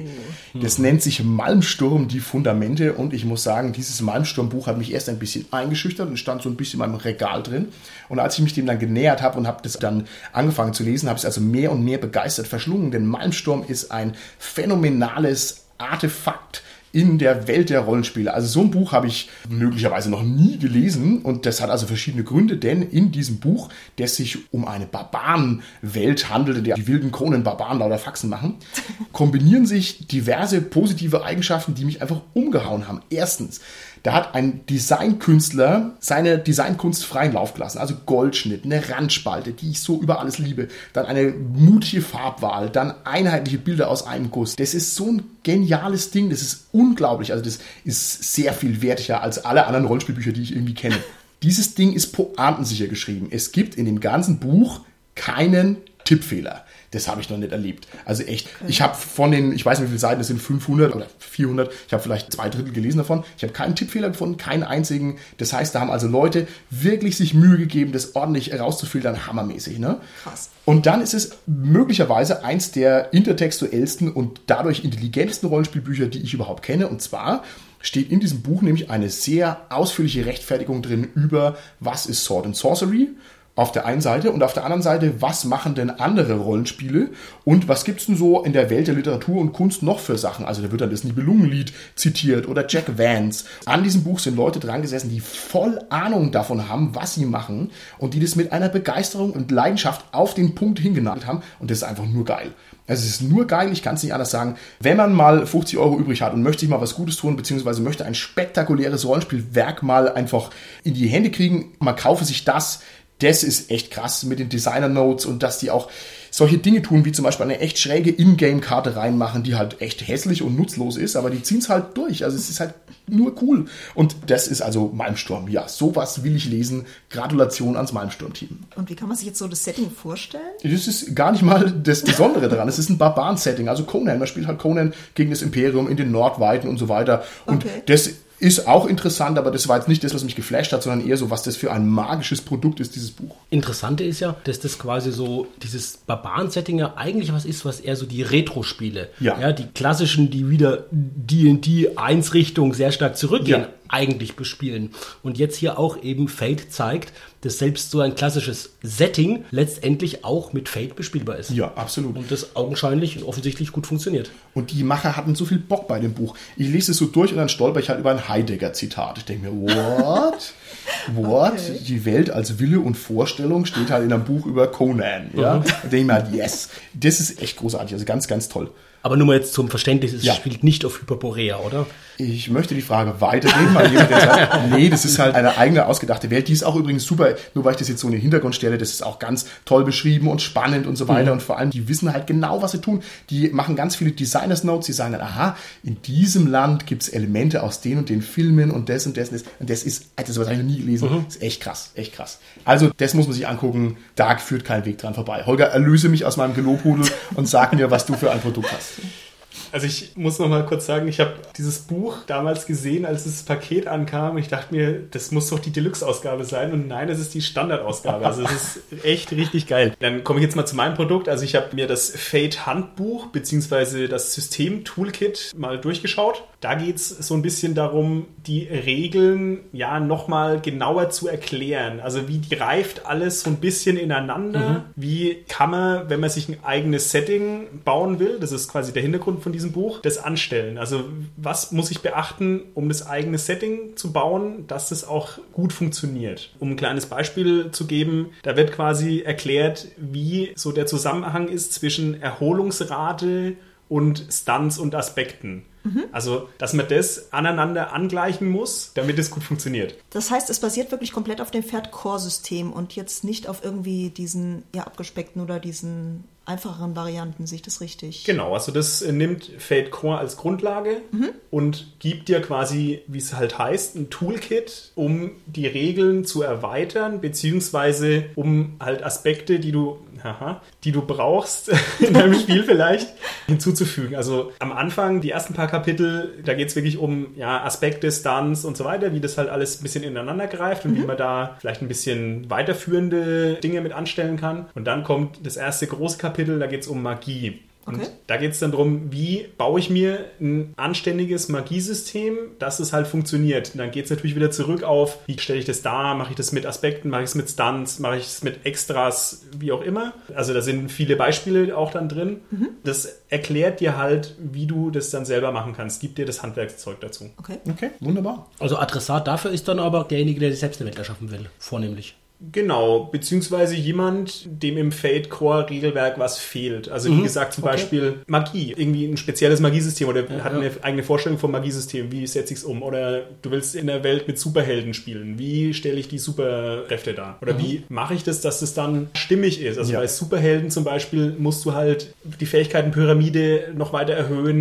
das nennt sich Malmsturm, die Fundamente und ich muss sagen, dieses Malmsturm-Buch hat mich erst ein bisschen eingeschüchtert und stand so ein bisschen in meinem Regal drin und als ich mich dem dann genähert habe und habe das dann angefangen zu lesen, habe ich es also mehr und mehr begeistert verschlungen, denn Malmsturm ist ein phänomenales Artefakt in der Welt der Rollenspiele. Also so ein Buch habe ich möglicherweise noch nie gelesen und das hat also verschiedene Gründe, denn in diesem Buch, das sich um eine Barbarenwelt handelte, der die wilden Conan-Barbaren lauter Faxen machen, kombinieren sich diverse positive Eigenschaften, die mich einfach umgehauen haben. Erstens, da hat ein Designkünstler seine Designkunst freien Lauf gelassen. Also Goldschnitt, eine Randspalte, die ich so über alles liebe. Dann eine mutige Farbwahl, dann einheitliche Bilder aus einem Guss. Das ist so ein geniales Ding, das ist unglaublich. Also das ist sehr viel wertiger als alle anderen Rollenspielbücher, die ich irgendwie kenne. Dieses Ding ist pointensicher geschrieben. Es gibt in dem ganzen Buch keinen Tippfehler. Das habe ich noch nicht erlebt. Also echt, ich habe von den, ich weiß nicht wie viele Seiten, es sind 500 oder 400, ich habe vielleicht 2/3 gelesen davon. Ich habe keinen Tippfehler gefunden, keinen einzigen. Das heißt, da haben also Leute wirklich sich Mühe gegeben, das ordentlich herauszufiltern, hammermäßig. Ne? Krass. Und dann ist es möglicherweise eins der intertextuellsten und dadurch intelligentesten Rollenspielbücher, die ich überhaupt kenne. Und zwar steht in diesem Buch nämlich eine sehr ausführliche Rechtfertigung drin über, was ist Sword and Sorcery auf der einen Seite und auf der anderen Seite, was machen denn andere Rollenspiele und was gibt's denn so in der Welt der Literatur und Kunst noch für Sachen? Also da wird dann das Nibelungenlied zitiert oder Jack Vance. An diesem Buch sind Leute dran gesessen, die voll Ahnung davon haben, was sie machen und die das mit einer Begeisterung und Leidenschaft auf den Punkt hingenagelt haben und das ist einfach nur geil. Also es ist nur geil, ich kann es nicht anders sagen. Wenn man mal 50 € übrig hat und möchte sich mal was Gutes tun, beziehungsweise möchte ein spektakuläres Rollenspielwerk mal einfach in die Hände kriegen, man kaufe sich das. Das ist echt krass mit den Designer-Notes und dass die auch solche Dinge tun, wie zum Beispiel eine echt schräge Ingame-Karte reinmachen, die halt echt hässlich und nutzlos ist, aber die ziehen es halt durch. Also es ist halt nur cool. Und das ist also Malmsturm. Ja, sowas will ich lesen. Gratulation ans Malmsturm-Team. Und wie kann man sich jetzt so das Setting vorstellen? Das ist gar nicht mal das Besondere daran. Es ist ein Barbaren-Setting. Also Conan, man spielt halt Conan gegen das Imperium in den Nordweiten und so weiter. Und das ist auch interessant, aber das war jetzt nicht das, was mich geflasht hat, sondern eher so, was das für ein magisches Produkt ist, dieses Buch. Interessante ist ja, dass das quasi so, dieses Barbaren-Setting ja eigentlich was ist, was eher so die Retro-Spiele, ja, die klassischen, die wieder D&D 1 Richtung sehr stark zurückgehen, eigentlich bespielen. Und jetzt hier auch eben Fate zeigt, dass selbst so ein klassisches Setting letztendlich auch mit Fate bespielbar ist. Ja, absolut. Und das augenscheinlich und offensichtlich gut funktioniert. Und die Macher hatten so viel Bock bei dem Buch. Ich lese es so durch und dann stolper ich halt über ein Heidegger-Zitat. Ich denke mir, what? What? Okay. Die Welt als Wille und Vorstellung steht halt in einem Buch über Conan. Ja? Und denke ich mir halt, yes. Das ist echt großartig. Also ganz, ganz toll. Aber nur mal jetzt zum Verständnis, es spielt nicht auf Hyperborea, oder? Ich möchte die Frage weitergeben, weil jemand der sagt, nee, das ist halt eine eigene ausgedachte Welt. Die ist auch übrigens super, nur weil ich das jetzt so in den Hintergrund stelle, das ist auch ganz toll beschrieben und spannend und so weiter. Und vor allem, die wissen halt genau, was sie tun. Die machen ganz viele Designers Notes, die sagen dann, aha, in diesem Land gibt es Elemente aus den und den Filmen und das und das und das. Und das ist, das habe ich noch nie gelesen. Das ist echt krass, echt krass. Also, das muss man sich angucken. Da führt kein Weg dran vorbei. Holger, erlöse mich aus meinem Gelobhudel und sag mir, was du für ein Produkt hast. Also ich muss noch mal kurz sagen, ich habe dieses Buch damals gesehen, als das Paket ankam. Ich dachte mir, das muss doch die Deluxe-Ausgabe sein. Und nein, es ist die Standardausgabe. Also es ist echt richtig geil. Dann komme ich jetzt mal zu meinem Produkt. Also ich habe mir das Fate-Handbuch bzw. das System-Toolkit mal durchgeschaut. Da geht es so ein bisschen darum, die Regeln nochmal genauer zu erklären. Also wie greift alles so ein bisschen ineinander? Wie kann man, wenn man sich ein eigenes Setting bauen will, das ist quasi der Hintergrund von diesem Buch, das anstellen? Also was muss ich beachten, um das eigene Setting zu bauen, dass das auch gut funktioniert? Um ein kleines Beispiel zu geben, da wird quasi erklärt, wie so der Zusammenhang ist zwischen Erholungsrate und Stunts und Aspekten. Also, dass man das aneinander angleichen muss, damit es gut funktioniert. Das heißt, es basiert wirklich komplett auf dem Pferd-Core-System und jetzt nicht auf irgendwie diesen abgespeckten oder diesen einfacheren Varianten. Sehe ich das richtig? Genau, also das nimmt Fate Core als Grundlage und gibt dir quasi, wie es halt heißt, ein Toolkit, um die Regeln zu erweitern, beziehungsweise um halt Aspekte, die du brauchst in deinem Spiel vielleicht, hinzuzufügen. Also am Anfang, die ersten paar Kapitel, da geht es wirklich um Aspekte, Stunts und so weiter, wie das halt alles ein bisschen ineinander greift und wie man da vielleicht ein bisschen weiterführende Dinge mit anstellen kann. Und dann kommt das erste große Kapitel, da geht es um Magie. Und da geht es dann darum, wie baue ich mir ein anständiges Magiesystem, dass es halt funktioniert. Und dann geht es natürlich wieder zurück auf, wie stelle ich das dar, mache ich das mit Aspekten, mache ich es mit Stunts, mache ich es mit Extras, wie auch immer. Also da sind viele Beispiele auch dann drin. Das erklärt dir halt, wie du das dann selber machen kannst. Gibt dir das Handwerkszeug dazu. Okay, wunderbar. Also Adressat dafür ist dann aber derjenige, der sich selbst eine Welt erschaffen will, vornehmlich. Genau, beziehungsweise jemand, dem im Fate Core Regelwerk was fehlt. Also wie gesagt, zum Beispiel Magie, irgendwie ein spezielles Magiesystem oder hat eine eigene Vorstellung vom Magiesystem. Wie setze ich es um? Oder du willst in der Welt mit Superhelden spielen. Wie stelle ich die Superkräfte dar? Oder wie mache ich das, dass es dann stimmig ist? Also bei Superhelden zum Beispiel musst du halt die Fähigkeitenpyramide noch weiter erhöhen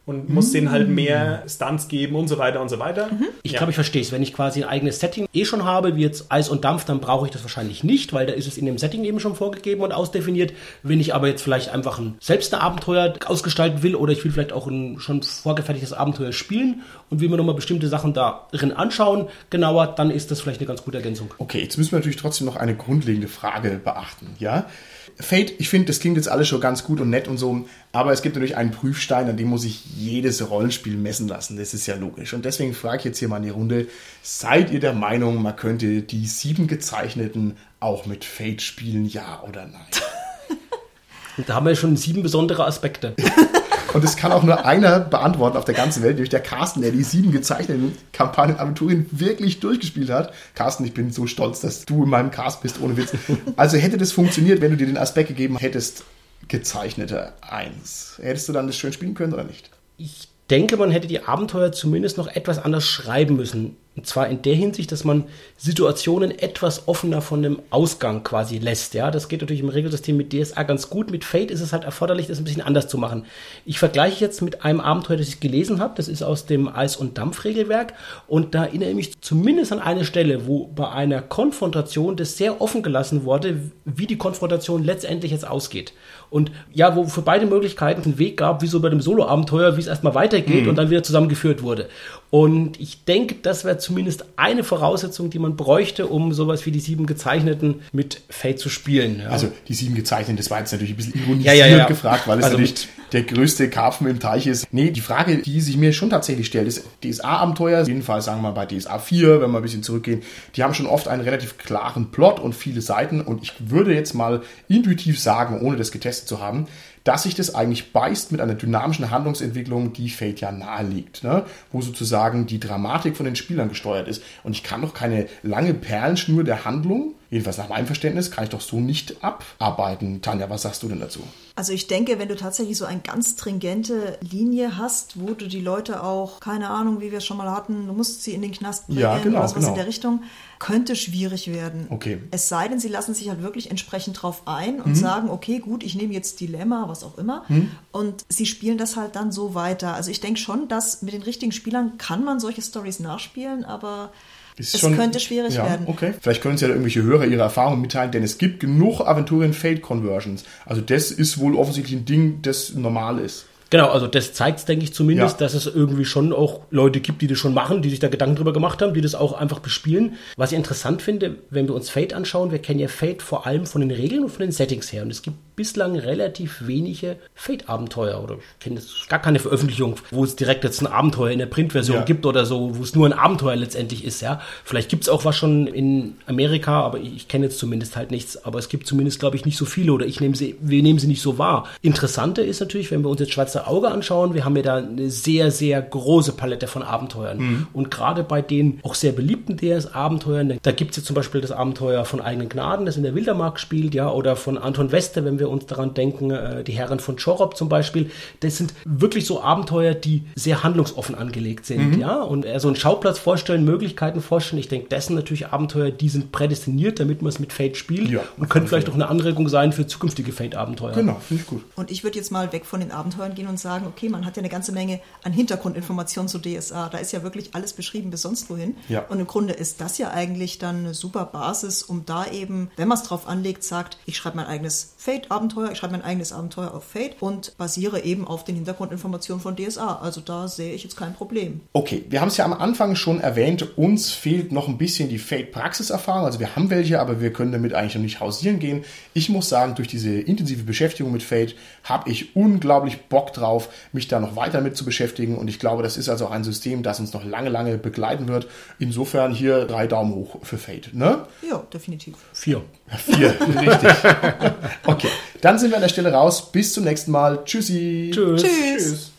und musst denen halt mehr Stunts geben und so weiter und so weiter. Ich glaube, ich verstehe es. Wenn ich quasi ein eigenes Setting schon habe, wie jetzt Eis und Dampf, dann brauche ich das wahrscheinlich nicht, weil da ist es in dem Setting eben schon vorgegeben und ausdefiniert. Wenn ich aber jetzt vielleicht einfach selbst ein Abenteuer ausgestalten will oder ich will vielleicht auch ein schon vorgefertigtes Abenteuer spielen und will mir nochmal bestimmte Sachen darin anschauen, genauer, dann ist das vielleicht eine ganz gute Ergänzung. Okay, jetzt müssen wir natürlich trotzdem noch eine grundlegende Frage beachten, ja? Fate, ich finde, das klingt jetzt alles schon ganz gut und nett und so, aber es gibt natürlich einen Prüfstein, an dem muss ich jedes Rollenspiel messen lassen. Das ist ja logisch. Und deswegen frage ich jetzt hier mal in die Runde, seid ihr der Meinung, man könnte die 7 Gezeichneten auch mit Fate spielen, ja oder nein? Und da haben wir ja schon 7 besondere Aspekte. Und das kann auch nur einer beantworten auf der ganzen Welt, nämlich der Carsten, der die 7 gezeichneten Kampagnen Aventurien wirklich durchgespielt hat. Carsten, ich bin so stolz, dass du in meinem Cast bist, ohne Witz. Also hätte das funktioniert, wenn du dir den Aspekt gegeben hättest, gezeichnete 1. Hättest du dann das schön spielen können oder nicht? Ich denke, man hätte die Abenteuer zumindest noch etwas anders schreiben müssen. Und zwar in der Hinsicht, dass man Situationen etwas offener von dem Ausgang quasi lässt. Ja, das geht natürlich im Regelsystem mit DSA ganz gut. Mit Fate ist es halt erforderlich, das ein bisschen anders zu machen. Ich vergleiche jetzt mit einem Abenteuer, das ich gelesen habe. Das ist aus dem Eis- und Dampf-Regelwerk. Und da erinnere ich mich zumindest an eine Stelle, wo bei einer Konfrontation das sehr offen gelassen wurde, wie die Konfrontation letztendlich jetzt ausgeht. Und ja, wo für beide Möglichkeiten einen Weg gab, wie so bei dem Solo-Abenteuer, wie es erstmal weitergeht und dann wieder zusammengeführt wurde. Und ich denke, das wäre zumindest eine Voraussetzung, die man bräuchte, um sowas wie die 7 Gezeichneten mit Fate zu spielen. Ja. Also die 7 Gezeichneten, das war jetzt natürlich ein bisschen ironisiert gefragt, weil es also natürlich der größte Karpfen im Teich ist. Nee, die Frage, die sich mir schon tatsächlich stellt, ist DSA-Abenteuer, auf jeden Fall sagen wir mal bei DSA 4, wenn wir ein bisschen zurückgehen, die haben schon oft einen relativ klaren Plot und viele Seiten und ich würde jetzt mal intuitiv sagen, ohne das getestet zu haben, dass sich das eigentlich beißt mit einer dynamischen Handlungsentwicklung, die Fate ja naheliegt, ne? Wo sozusagen die Dramatik von den Spielern gesteuert ist. Und ich kann doch keine lange Perlenschnur der Handlung, jedenfalls nach meinem Verständnis, kann ich doch so nicht abarbeiten. Tanja, was sagst du denn dazu? Also ich denke, wenn du tatsächlich so eine ganz stringente Linie hast, wo du die Leute auch, keine Ahnung, wie wir es schon mal hatten, du musst sie in den Knast bringen oder sowas in der Richtung, könnte schwierig werden. Okay. Es sei denn, sie lassen sich halt wirklich entsprechend drauf ein und sagen, okay, gut, ich nehme jetzt Dilemma, was auch immer, und sie spielen das halt dann so weiter. Also ich denke schon, dass mit den richtigen Spielern kann man solche Storys nachspielen, aber es könnte schwierig werden. Okay. Vielleicht können Sie ja irgendwelche Hörer ihre Erfahrungen mitteilen, denn es gibt genug Aventurien-Fate-Conversions. Also das ist wohl offensichtlich ein Ding, das normal ist. Genau, also das zeigt, denke ich zumindest, dass es irgendwie schon auch Leute gibt, die das schon machen, die sich da Gedanken drüber gemacht haben, die das auch einfach bespielen. Was ich interessant finde, wenn wir uns Fate anschauen, wir kennen ja Fate vor allem von den Regeln und von den Settings her. Und es gibt bislang relativ wenige Fate-Abenteuer oder ich kenne jetzt gar keine Veröffentlichung, wo es direkt jetzt ein Abenteuer in der Printversion gibt oder so, wo es nur ein Abenteuer letztendlich ist. Ja, vielleicht gibt es auch was schon in Amerika, aber ich kenne jetzt zumindest halt nichts. Aber es gibt zumindest, glaube ich, nicht so viele oder wir nehmen sie nicht so wahr. Interessanter ist natürlich, wenn wir uns jetzt Schweizer Auge anschauen, wir haben ja da eine sehr, sehr große Palette von Abenteuern. Und gerade bei den auch sehr beliebten DS-Abenteuern, da gibt es ja zum Beispiel das Abenteuer von Eigenen Gnaden, das in der Wildermark spielt, ja, oder von Anton Wester, wenn wir uns daran denken, die Herren von Chorop zum Beispiel. Das sind wirklich so Abenteuer, die sehr handlungsoffen angelegt sind, ja, und so einen Schauplatz vorstellen, Möglichkeiten vorstellen. Ich denke, das sind natürlich Abenteuer, die sind prädestiniert, damit man es mit Fate spielt und können vielleicht auch eine Anregung sein für zukünftige Fate-Abenteuer. Genau, finde ich gut. Und ich würde jetzt mal weg von den Abenteuern gehen und sagen, okay, man hat ja eine ganze Menge an Hintergrundinformationen zu DSA. Da ist ja wirklich alles beschrieben bis sonst wohin. Ja. Und im Grunde ist das ja eigentlich dann eine super Basis, um da eben, wenn man es drauf anlegt, sagt, ich schreibe mein eigenes Fate-Abenteuer, ich schreibe mein eigenes Abenteuer auf Fate und basiere eben auf den Hintergrundinformationen von DSA. Also da sehe ich jetzt kein Problem. Okay, wir haben es ja am Anfang schon erwähnt, uns fehlt noch ein bisschen die Fate-Praxiserfahrung. Also wir haben welche, aber wir können damit eigentlich noch nicht hausieren gehen. Ich muss sagen, durch diese intensive Beschäftigung mit Fate habe ich unglaublich Bock drauf, mich da noch weiter mit zu beschäftigen. Und ich glaube, das ist also auch ein System, das uns noch lange, lange begleiten wird. Insofern hier 3 Daumen hoch für Fate, ne? Ja, definitiv. 4. 4, richtig. Okay, dann sind wir an der Stelle raus. Bis zum nächsten Mal. Tschüssi. Tschüss. Tschüss.